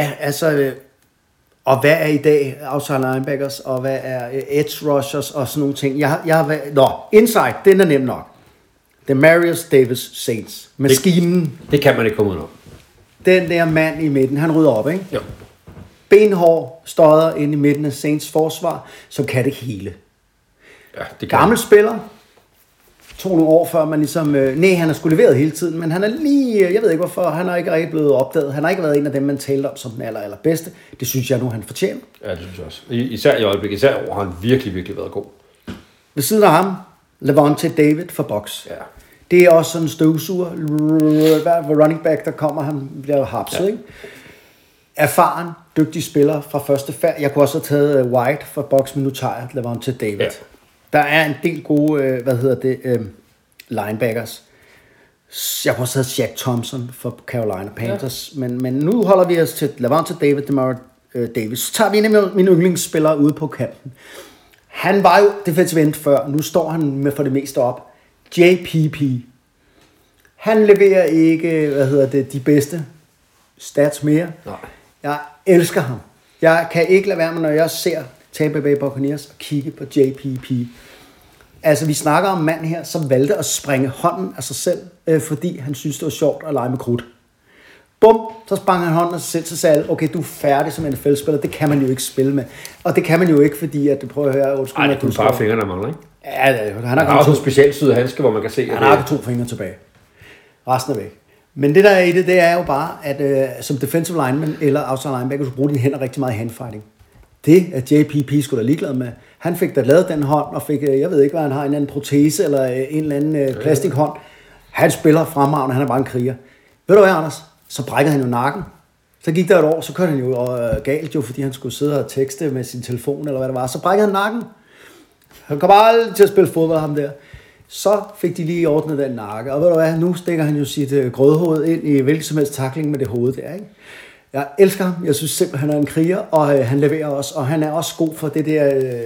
og hvad er i dag outside linebackers, og hvad er edge rushers og sådan nogle ting. Inside, den er nem nok. Demarius Davis Saints. Maskinen. Det kan man ikke komme ud af. Den der mand i midten, han rydder op, ikke? Jo. Benhård støder ind i midten af Saints forsvar, som kan det hele. Ja, det kan. Gammel spiller. Tog nogle år før man ligesom... han har sgu leveret hele tiden, men han er lige... Jeg ved ikke hvorfor, han er ikke rigtig blevet opdaget. Han har ikke været en af dem, man talte om som den allerbedste. Det synes jeg nu, han fortjener. Ja, det synes jeg også. Især i øjeblikket. Især over har han virkelig været god. Ved siden af ham, Lavonte David for Bucks. Ja. Det er også sådan en støvsuger. Hver running back, der kommer, han bliver hapset, ikke? Erfaren, dygtig spiller fra første færd. Jeg kunne også have taget White for Bucks, men nu tager jeg Lavonte David. Ja. Der er en del gode, linebackers. Jeg kunne også have Shaq Thompson for Carolina Panthers, men nu holder vi os til Lavonte David, Demar Davis. Så tager vi en af mine yndlingsspillere ude på kanten. Han var jo defensive end før, nu står han med for det meste op. JPP. Han leverer ikke, de bedste stats mere. Nej. Jeg elsker ham. Jeg kan ikke lade være med, når jeg ser Tampa Bay Buccaneers og kigge på JPP. Altså, vi snakker om en mand her, som valgte at springe hånden af sig selv, fordi han synes, det var sjovt at lege med krudt. Bum, så sprang han hånden af sig selv, så sagde alle, okay, du er færdig som NFL-spiller, det kan man jo ikke spille med. Og det kan man jo ikke, fordi at, prøv at høre... Nej, det er kun bare fingrene, der mangler, ikke? Ja, han har også en specielt syde handske, hvor man kan se... Han har 2 fingre tilbage. Resten er væk. Men det der er i det er jo bare, at som defensive lineman eller outside linebacker, du bruger dine hænder rigtig meget i handfighting. Det er JPP skulle da ligeglad med. Han fik da lavet den hånd, og fik, jeg ved ikke, hvad han har, en eller anden protese, eller en eller anden plastikhånd. Han spiller fremragende, han er bare en kriger. Ved du hvad, Anders? Så brækkede han jo nakken. Så gik der et år, så kørte han jo galt, fordi han skulle sidde og tekste med sin telefon, eller hvad det var. Så brækkede han nakken. Han kom aldrig til at spille fodbold, ham der. Så fik de lige ordnet den nakke, og ved du hvad, nu stikker han jo sit grødhoved ind i hvilken som helst tackling med det hoved der, ikke? Jeg elsker ham, jeg synes simpelthen, han er en kriger, og han leverer også, og han er også god for det der,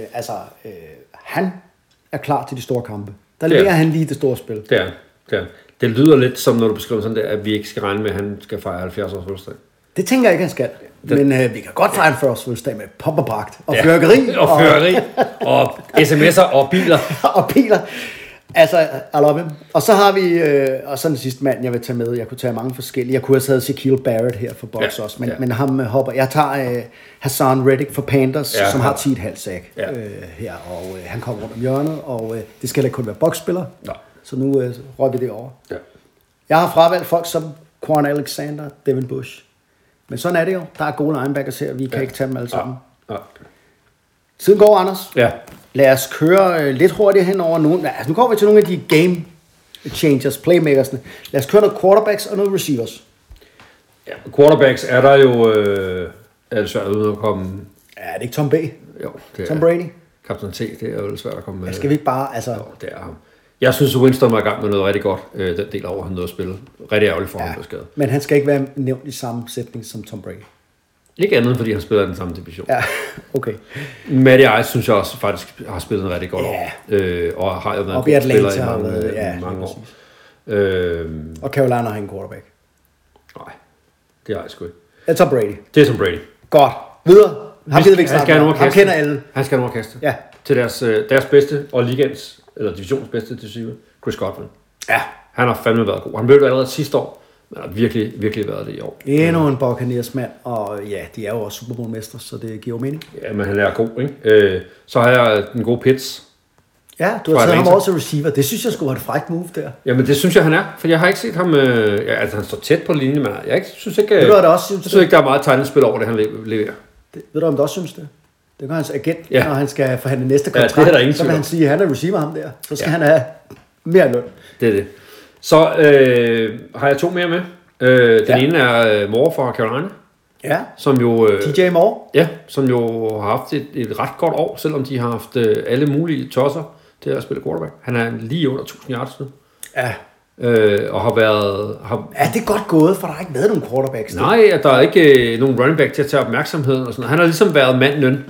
han er klar til de store kampe. Der leverer han lige det store spil. Det er. Det lyder lidt som, når du beskriver sådan der, at vi ikke skal regne med, at han skal fejre 70 års fødselsdag. Det tænker jeg ikke, han skal. Men vi kan godt fejre en 40 års fødselsdag med pop og bragt, og fyrkeri. Og fyrkeri, og sms'er, og biler. og biler. Altså, I love him. Og så har vi, og så den sidste mand, jeg vil tage med. Jeg kunne tage mange forskellige. Jeg kunne have taget Shaquille Barrett her for Bucks også, men ham hopper. Jeg tager Hassan Reddick for Panthers, som har 10,5 sack her, og han kommer rundt om hjørnet, og det skal da kun være Bucks-spiller. Ja. Så nu rører vi det over. Ja. Jeg har fravalgt folk som Quan Alexander, Devin Bush. Men sådan er det jo. Der er gode linebackers her, vi kan ikke tage dem alle sammen. Ja. Tiden går, Anders. Ja. Lad os køre lidt hurtigt hen over nogle. Altså, nu kommer vi til nogle af de game changers, playmakersne. Lad os køre noget quarterbacks og noget receivers. Ja, quarterbacks er der jo... er det svært at komme... Ja, det er ikke Tom B. Jo, det Tom Brady. Kaptajn T, det er jo svært at komme med. Ja, skal vi ikke bare... Altså... Jo, det er ham. Jeg synes, at Winston var i gang med noget rigtig godt. Den del over, han nåede at spille. Rigtig ærgerligt for ham på skade. Men han skal ikke være nævnt i samme sætning som Tom Brady. Ikke andet, fordi han spiller den samme division. Ja, okay. Matty Ice, synes jeg også faktisk har spillet en rigtig godt år. Og har jo været en god spiller i mange år. Og Carolina har en quarterback. Nej, det har jeg sgu ikke. Det er Tom Brady. Det er Tom Brady. Godt. Videre. Han kender alle. Han skal have nogle kaste. Ja. Til deres bedste, og ligaens, eller divisions bedste til syve, Chris Godwin. Ja. Han har fandme været god. Han blev allerede sidste år, men har virkelig, virkelig været det i år. Endnu en Buccaneers mand, og ja, de er jo også Super Bowl-mestre, så det giver mening. Ja, men han er god, ikke? Så har jeg den gode Pitts. Ja, du har taget ham over til receiver. Det synes jeg skulle være et frækt move der. Jamen, det synes jeg, han er. For jeg har ikke set ham... altså, han står tæt på linjen, men jeg synes ikke... Ved du, hvad der også synes, jeg synes ikke, der er meget tegnespil over det, han leverer. Ved du, om du også synes det? Det gør hans agent, når han skal forhandle næste kontrakt. Ja, det er der ingen så vil han sige, at han er receiver ham der. Så skal han have mere løn. Det er det. Så har jeg to mere med. Den ene er Moore fra Carolina. Ja, som jo, DJ Moore. Ja, som jo har haft et ret godt år, selvom de har haft alle mulige tosser til at spille quarterback. Han er lige under 1000 yards nu. Ja. Og har været... Ja, det er godt gået, for der har ikke været nogen quarterbacks. Nej, at der er ikke nogen running back til at tage opmærksomheden og sådan. Han har ligesom været manden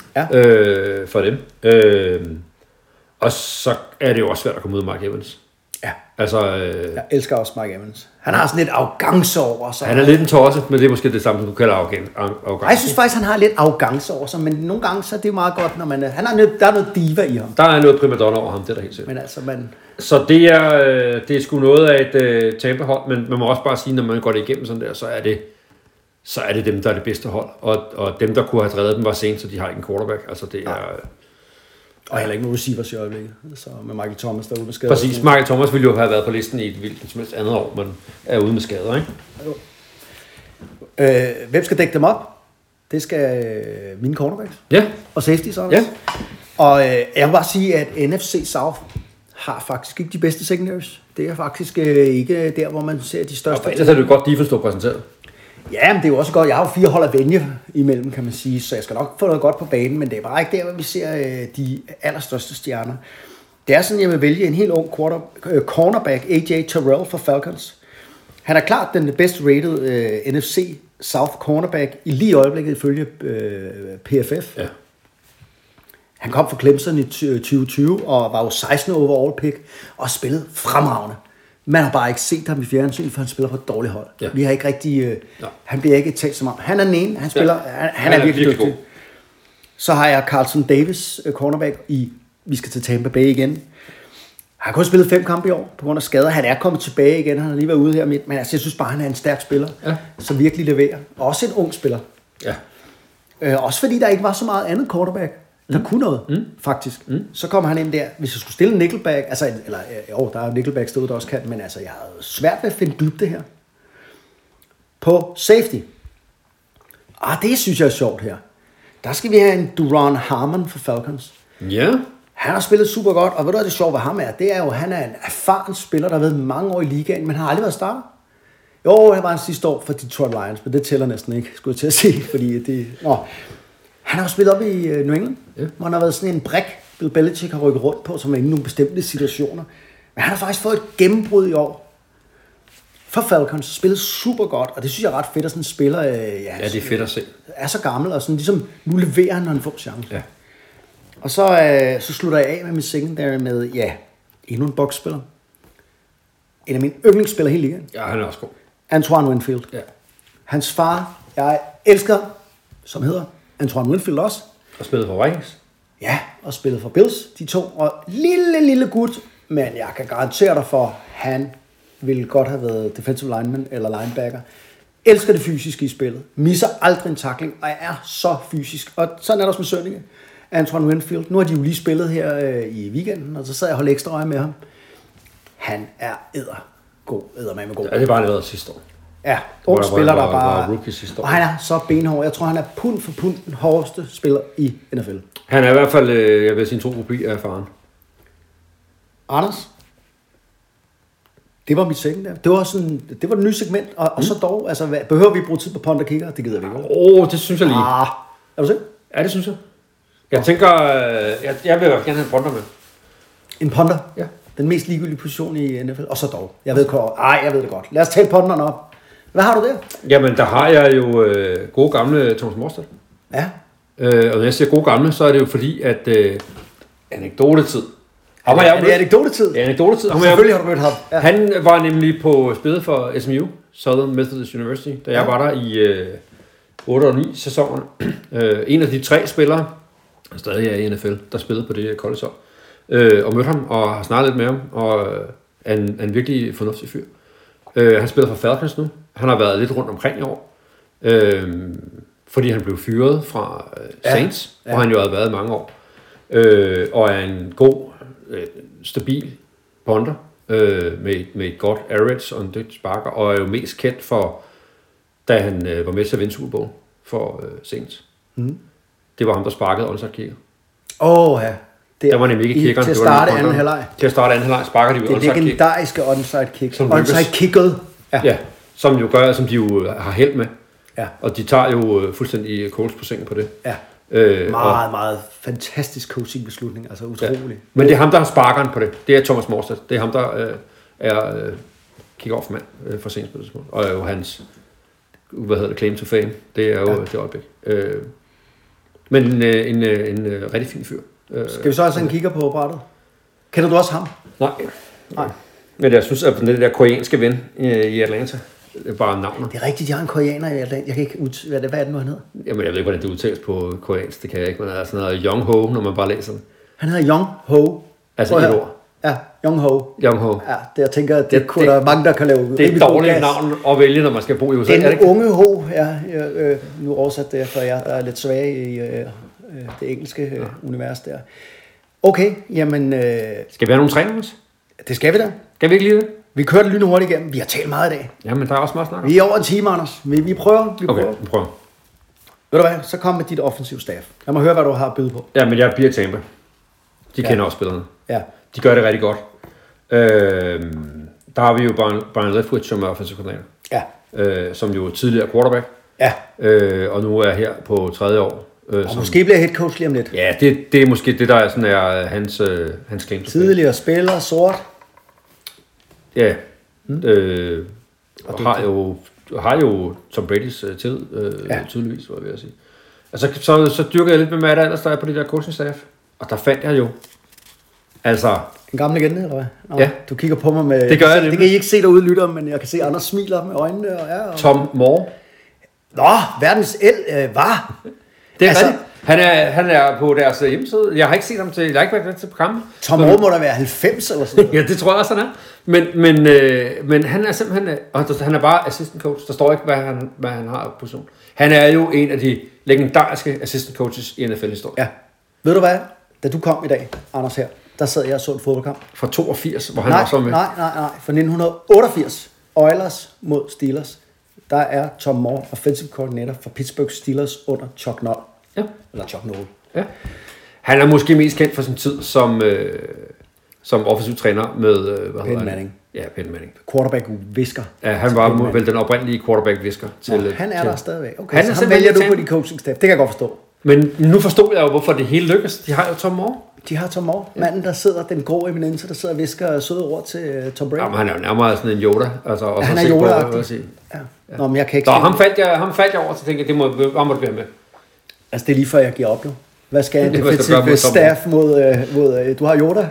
for dem. Og så er det jo også svært at komme ud af Mark Evans. Ja. Altså, jeg elsker også Mark Evans. Han har sådan lidt arrogance over sig. Han er lidt en tosse, men det er måske det samme, som du kalder arrogance. Jeg synes faktisk, han har lidt arrogance over sig, men nogle gange så er det jo meget godt, når man... der er noget diva i ham. Der er noget primadonna over ham, det er der helt sikkert. Men altså, Så det er sgu noget af et tabehold, men man må også bare sige, når man går det igennem sådan der, så er det dem, der er det bedste hold. Og dem, der kunne have drevet dem, var sent, så de har ikke en quarterback. Altså det er... Og heller ikke nogen receivers i øjeblikket. Så med Michael Thomas, der er ude med skader. Præcis, Michael Thomas ville jo have været på listen i et hvilket som helst andet år, men er ude med skader, ikke? Hvem skal dække dem op? Det skal mine cornerbacks. Ja. Og safeties også. Ja. Og jeg vil bare sige, at NFC South har faktisk ikke de bedste secondaries. Det er faktisk ikke der, hvor man ser de største. Og ellers er det jo godt defense, du har præsenteret. Ja, men det er jo også godt. Jeg har jo 4 hold at vælge imellem, kan man sige, så jeg skal nok få noget godt på banen, men det er bare ikke der, hvor vi ser de allerstørste stjerner. Det er sådan, jeg vil vælge en helt ung cornerback, AJ Terrell fra Falcons. Han er klart den bedst rated NFC South cornerback i lige øjeblikket ifølge PFF. Ja. Han kom fra Clemson i 2020 og var jo 16 overall pick og spillede fremragende. Man har bare ikke set ham i fjernsyn, for han spiller på et dårligt hold. Ja. Vi har ikke rigtig... han bliver ikke talt som om. Han er den ene. Han spiller... Ja. Han er virkelig dygtig. God. Så har jeg Carlton Davis, cornerback, vi skal til Tampa Bay igen. Han har kun spillet 5 kampe i år på grund af skader. Han er kommet tilbage igen. Han har lige været ude her midt. Men altså, jeg synes bare, han er en stærk spiller, som virkelig leverer. Også en ung spiller. Ja. Også fordi der ikke var så meget andet quarterback. Der kunne noget, faktisk. Så kommer han ind der. Hvis jeg skulle stille en nickelback, altså, der er nickelback stået, der også kan, men altså, jeg havde svært ved at finde dybde her. På safety. Det synes jeg er sjovt her. Der skal vi have en Duron Harmon for Falcons. Ja. Han har spillet super godt, og ved du hvad det sjove ved ham er? Det er jo, han er en erfaren spiller, der har været mange år i ligaen, men har aldrig været starter. Jo, han var en sidste år for Detroit Lions, men det tæller næsten ikke, skulle jeg til at sige, fordi det... Han har jo spillet op i New England, hvor han har været sådan en brik, Bill Belichick har rykket rundt på, som er inde i nogle bestemte situationer. Men han har faktisk fået et gennembrud i år. For Falcons spillet super godt, og det synes jeg er ret fedt, at sådan en spiller Ja, det er fedt at se. er så gammel, og sådan ligesom, nu leverer han, når han får chance. Ja. Og så slutter jeg af med min secondary med, endnu en boksspiller. En af mine yndlingsspillere hele ligaen. Ja, han er også god. Antoine Winfield. Ja. Hans far, jeg elsker, som hedder Antoine Winfield også. Og spillet for Vikings. Ja, og spillet for Bills, de to. Og lille gut, men jeg kan garantere dig for, han ville godt have været defensive lineman eller linebacker. Elsker det fysiske i spillet. Misser aldrig en tackling, og jeg er så fysisk. Og sådan er der også med Sønninge. Antoine Winfield. Nu har de jo lige spillet her i weekenden, og så sad jeg og holdt ekstra øje med ham. Han er eddermame god. Ja, det var han været sidste år. Ja, ung spiller, der var rookie sidste år. Og han er så benhård. Jeg tror, han er pund for pund den hårdeste spiller i NFL. Han er i hvert fald, jeg vil sige, 2 kopi af faren. Anders? Det var mit secondary. Det var det nye segment, og så dog, altså, behøver vi bruge tid på punt og kicker? Det gider vi ikke. Det synes jeg lige. Er du se? Ja, det synes jeg. Jeg tænker, jeg vil gerne have en punter med. En punter? Ja. Den mest ligegyldige position i NFL, og så dog. Jeg ved det godt. Lad os tale punterne op. Hvad har du der? Jamen, der har jeg jo gode gamle Thomas Morstad. Ja. Og når jeg siger gode gamle, så er det jo fordi, at anekdotetid. Er det anekdotetid? Ja, anekdotetid. Selvfølgelig har du mødt ham. Ja. Han var nemlig på spillet for SMU, Southern Methodist University, da jeg var der i 8 og 9 sæsonen. En af de 3 spillere, der stadig er i NFL, der spillede på det college og mødte ham og har snakket lidt med ham, og er en virkelig fornuftig fyr. Han spiller for Falcons nu. Han har været lidt rundt omkring i år, fordi han blev fyret fra Saints, hvor han jo havde været i mange år, og er en god, stabil punter med et godt average og en dygtig sparker, og er jo mest kendt for, da han var med til at vinde Super Bowl for Saints. Mm. Det var ham, der sparkede onside kicker. Ja. Der var nemlig ikke kickeren. Til at starte anden halvleg. Til at starte anden halvleg sparker de jo onside kick. Det legendariske onside kick. Onside kicket. Ja, som jo gør, som de jo har held med. Ja. Og de tager jo fuldstændig Colts på sengen på det. Ja. Meget fantastisk coaching beslutning, altså utrolig. Ja. Men det er ham, der har sparkeren på det. Det er Thomas Morstad. Det er ham, der er kick-off mand for Saints på det små. Og er jo hans, claim to fame. Det er jo det øjeblik. Men en rigtig fin fyr. Skal vi så også en kigger på brættet? Kender du også ham? Nej. Men jeg synes, at den der koreanske ven i Atlanta, det er bare navnet. Det er rigtigt, jeg er en koreaner i Atlanta. Jeg kan ikke hvad er det nu, han hedder? Jamen, jeg ved ikke, hvordan det udtales på koreansk. Det kan jeg ikke, men det er sådan noget Young Ho, når man bare læser den. Han hedder Young Ho. Altså et ord. Ja, Young Ho. Young Ho. Ja, det jeg tænker, det kunne der mange, der kan lave. Det er et dårligt navn at vælge, når man skal bo i USA. Den unge Ho, nu oversat det for jer, der er lidt svage i det engelske univers der. Okay, jamen... Skal vi have nogle træner også? Det skal vi da. Skal vi ikke lige det? Vi kørte lige nu hurtigt igennem. Vi har talt meget i dag. Jamen, der er også meget snak. Vi er over en time, Anders. Vi prøver. Vi prøver. Ved du hvad? Så kom med dit offensiv staff. Lad mig høre, hvad du har at byde på. Ja, men jeg bliver Tampa. De kender også spillerne. Ja. De gør det rigtig godt. Der har vi jo Brian Leftwich, som er offensiv koordinator. Ja. Som jo tidligere quarterback. Ja. Og nu er her på 3. år. Og måske bliver head coach lige om lidt. Ja, det er måske det, der er, sådan er hans claim. Tidligere spiller, sort. Ja. Og har jo Tom Brady's tillid, tydeligvis, hvad jeg vil sige. Altså, så dyrker jeg lidt med Matt Anders, der er på det der coaching staff. Og der fandt jeg jo, altså... En gammel legende, eller hvad? Nå, ja. Du kigger på mig med... Det gør jeg det kan I ikke se derude, lytter, men jeg kan se, Anders smiler med øjnene. Og Tom Moore. Nå, verdens var. Det er altså, rigtigt. Han er på deres hjemmeside. Jeg har ikke set ham til... Jeg har ikke været til programmet. Tom Moore må da være 90 eller sådan noget. Ja, det tror jeg også, han er. Men han er simpelthen... Han er bare assistant coach. Der står ikke, hvad han har på position. Han er jo en af de legendariske assistant coaches i NFL-historien. Ja. Ved du hvad? Da du kom i dag, Anders her, der sad jeg og så en fodboldkamp. Fra 82, hvor han også var med. Nej. Fra 1988. Oilers mod Steelers. Der er Tom Moore, offensive coordinator for Pittsburgh Steelers under Chuck Noll. Ja. Eller Chuck Noll. Ja. Han er måske mest kendt for sin tid som offensiv træner med... Peyton Manning. Ja, Peyton Manning. Quarterback-visker. Ja, han var vel den oprindelige quarterback-visker. Han er der stadigvæk. Okay, han vælger du på de coaching staff. Det kan jeg godt forstå. Men nu forstod jeg jo, hvorfor det hele lykkes. De har jo Tom Moore. De har Tom Moore, manden, der sidder, den grå eminence, der sidder og visker søde ord til Tom Brady. Jamen, han er jo nærmere sådan en Yoda. Altså, og han så er Yoda-agtig. Ja. Nå, men jeg kan ikke ham faldt jeg over, så tænkte jeg, det må være med. Altså, det er lige før, jeg giver op, jo. Hvad skal jeg defensive staff mod du har Yoda,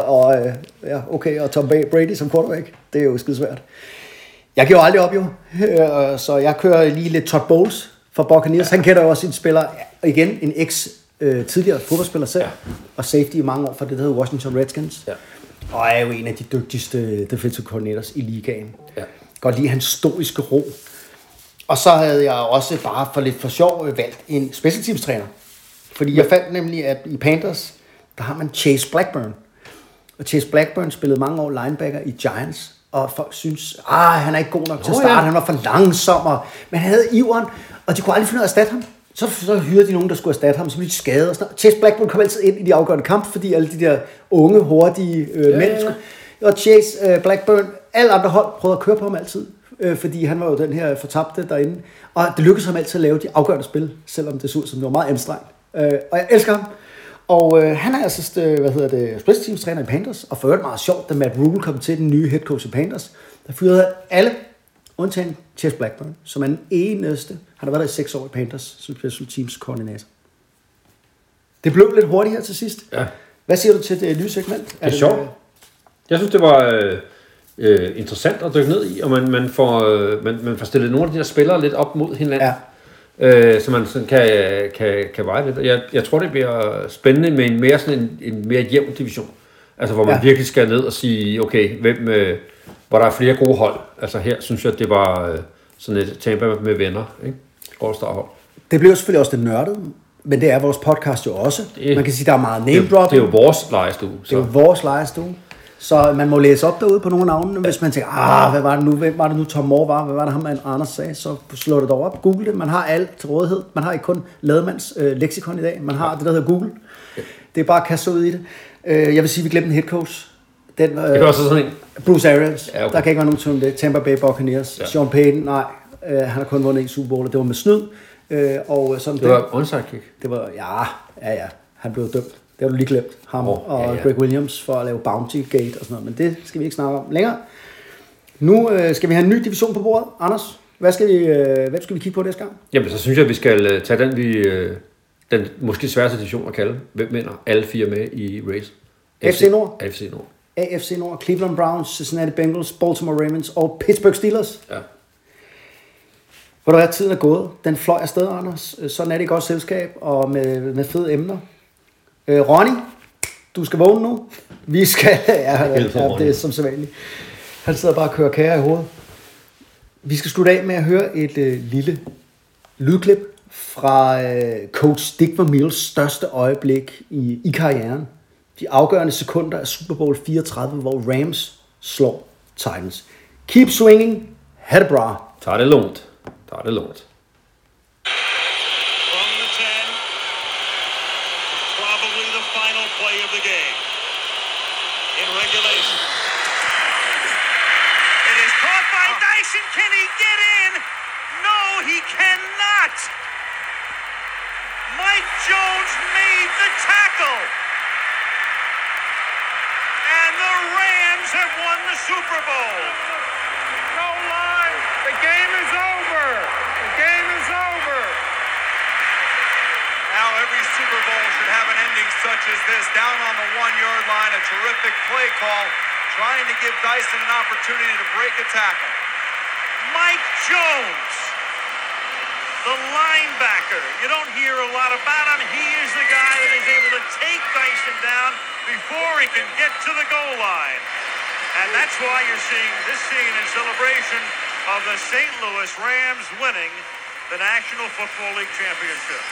og Tom Brady som quarterback. Det er jo skidesvært. Jeg giver aldrig op, jo. Så jeg kører lige lidt Todd Bowles for Buccaneers. Han kender jo også sin spiller, og igen en tidligere fodboldspiller selv, og safety i mange år for det, der hedder Washington Redskins. Ja. Og er jo en af de dygtigste defensive coordinators i ligaen. Ja. Godt lide hans stoiske ro. Og så havde jeg også bare for lidt for sjov valgt en special teams træner. Fordi jeg fandt nemlig, at i Panthers, der har man Chase Blackburn. Og Chase Blackburn spillede mange år linebacker i Giants. Og folk synes, han er ikke god nok til at starte. Han var for langsom, men han havde iveren, og de kunne aldrig finde ud af at erstatte ham. Så hyrede de nogen, der skulle erstatte ham, så blev de skadet og sådan noget. Chase Blackburn kom altid ind i de afgørende kampe, fordi alle de der unge, hurtige mænd skulle. Og Chase Blackburn, alle andre hold prøvede at køre på ham altid, fordi han var jo den her fortabte derinde. Og det lykkedes ham altid at lave de afgørende spil, selvom det så ud som det var meget anstrengt. Og jeg elsker ham. Og han er altså, special teams træner i Panthers, og for øvrigt meget sjovt, da Matt Rule kom til den nye head coach i Panthers, der fyrede alle, undtagen Chase Blackburn, som er den eneste, han har været der i 6 år i Panthers, som special teams koordinator. Det blev lidt hurtigt her til sidst. Ja. Hvad siger du til det nye segment? Det er sjovt. Jeg synes, det var interessant at dykke ned i, og man får stillet nogle af de der spillere lidt op mod hinanden. Ja. Så man sådan kan veje lidt. Jeg tror, det bliver spændende med en mere jævn division. Altså, hvor man virkelig skal ned og sige, okay, hvor der er flere gode hold. Altså her synes jeg, det var sådan et Tampa med venner, ikke? All-star-hold. Det bliver selvfølgelig også det nørdede, men det er vores podcast jo også. Man kan sige, der er meget name-dropping. Det er jo vores lejestue. Det er jo vores lejestue. Så man må læse op derude på nogle navne, hvis man tænker, hvad var det nu? Hvem var det nu Tom Moore var? Hvad var det ham, Anders sagde? Så slå det dog op, google det. Man har alt til rådighed. Man har ikke kun Lademands leksikon i dag. Man har det, der hedder Google. Det er bare at kaste ud i det. Jeg vil sige, vi glemte en head coach. Det er også sådan en. Bruce Arians. Ja, okay. Der kan ikke være nogen tvivl om det. Tampa Bay Buccaneers. Ja. Sean Payton, nej. Han har kun vundet en Super Bowl, og det var med snyd. Og sådan det var onside kick. Det var, ja. Han blev dømt. Det har du lige glemt, ham og Greg Williams for at lave Bounty Gate og sådan noget, men det skal vi ikke snakke om længere. Nu skal vi have en ny division på bordet. Anders, hvem skal vi kigge på næste gang? Jamen, så synes jeg, at vi skal tage den måske sværeste division at kalde. Hvem vinder alle 4 med i race? AFC Nord? AFC Nord. AFC Nord, Cleveland Browns, Cincinnati Bengals, Baltimore Ravens og Pittsburgh Steelers. Ja. Hvor der er tiden er gået. Den fløj afsted, Anders. Sådan er det i godt selskab og med fede emner. Ronny, du skal vågne nu. Vi skal... det er som sædvanligt. Han sidder bare og kører kager i hovedet. Vi skal slutte af med at høre et lille lydklip fra coach Dick Vermeils største øjeblik i karrieren. De afgørende sekunder af Super Bowl 34, hvor Rams slår Titans. Keep swinging. Ha' det bra. Tag det lugnt. Can he get in? No, he cannot. Mike Jones made the tackle. And the Rams have won the Super Bowl. No line. The game is over. The game is over. Now every Super Bowl should have an ending such as this. Down on the 1-yard line, a terrific play call, trying to give Dyson an opportunity to break a tackle. Mike Jones, the linebacker. You don't hear a lot about him. He is the guy that is able to take Dyson down before he can get to the goal line. And that's why you're seeing this scene in celebration of the St. Louis Rams winning the National Football League Championship.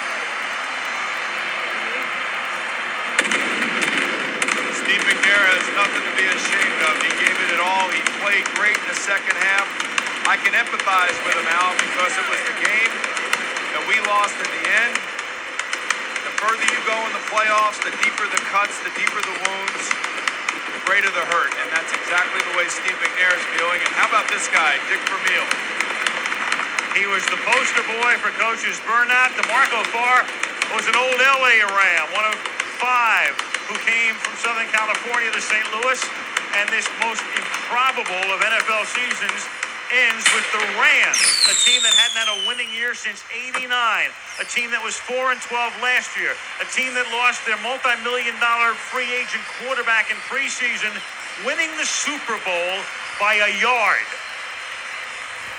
Steve McNair has nothing to be ashamed of. He gave it all. He played great in the second half. I can empathize with him, Al, because it was the game that we lost in the end. The further you go in the playoffs, the deeper the cuts, the deeper the wounds, the greater the hurt. And that's exactly the way Steve McNair is feeling. And how about this guy, Dick Vermeil? He was the poster boy for coaches Burnett. DeMarco Farr was an old LA Ram, one of who came from Southern California to St. Louis. And this most improbable of NFL seasons ends with the Rams, a team that hadn't had a winning year since '89, a team that was 4-12 last year, a team that lost their multi-million-dollar free agent quarterback in preseason, winning the Super Bowl by a yard.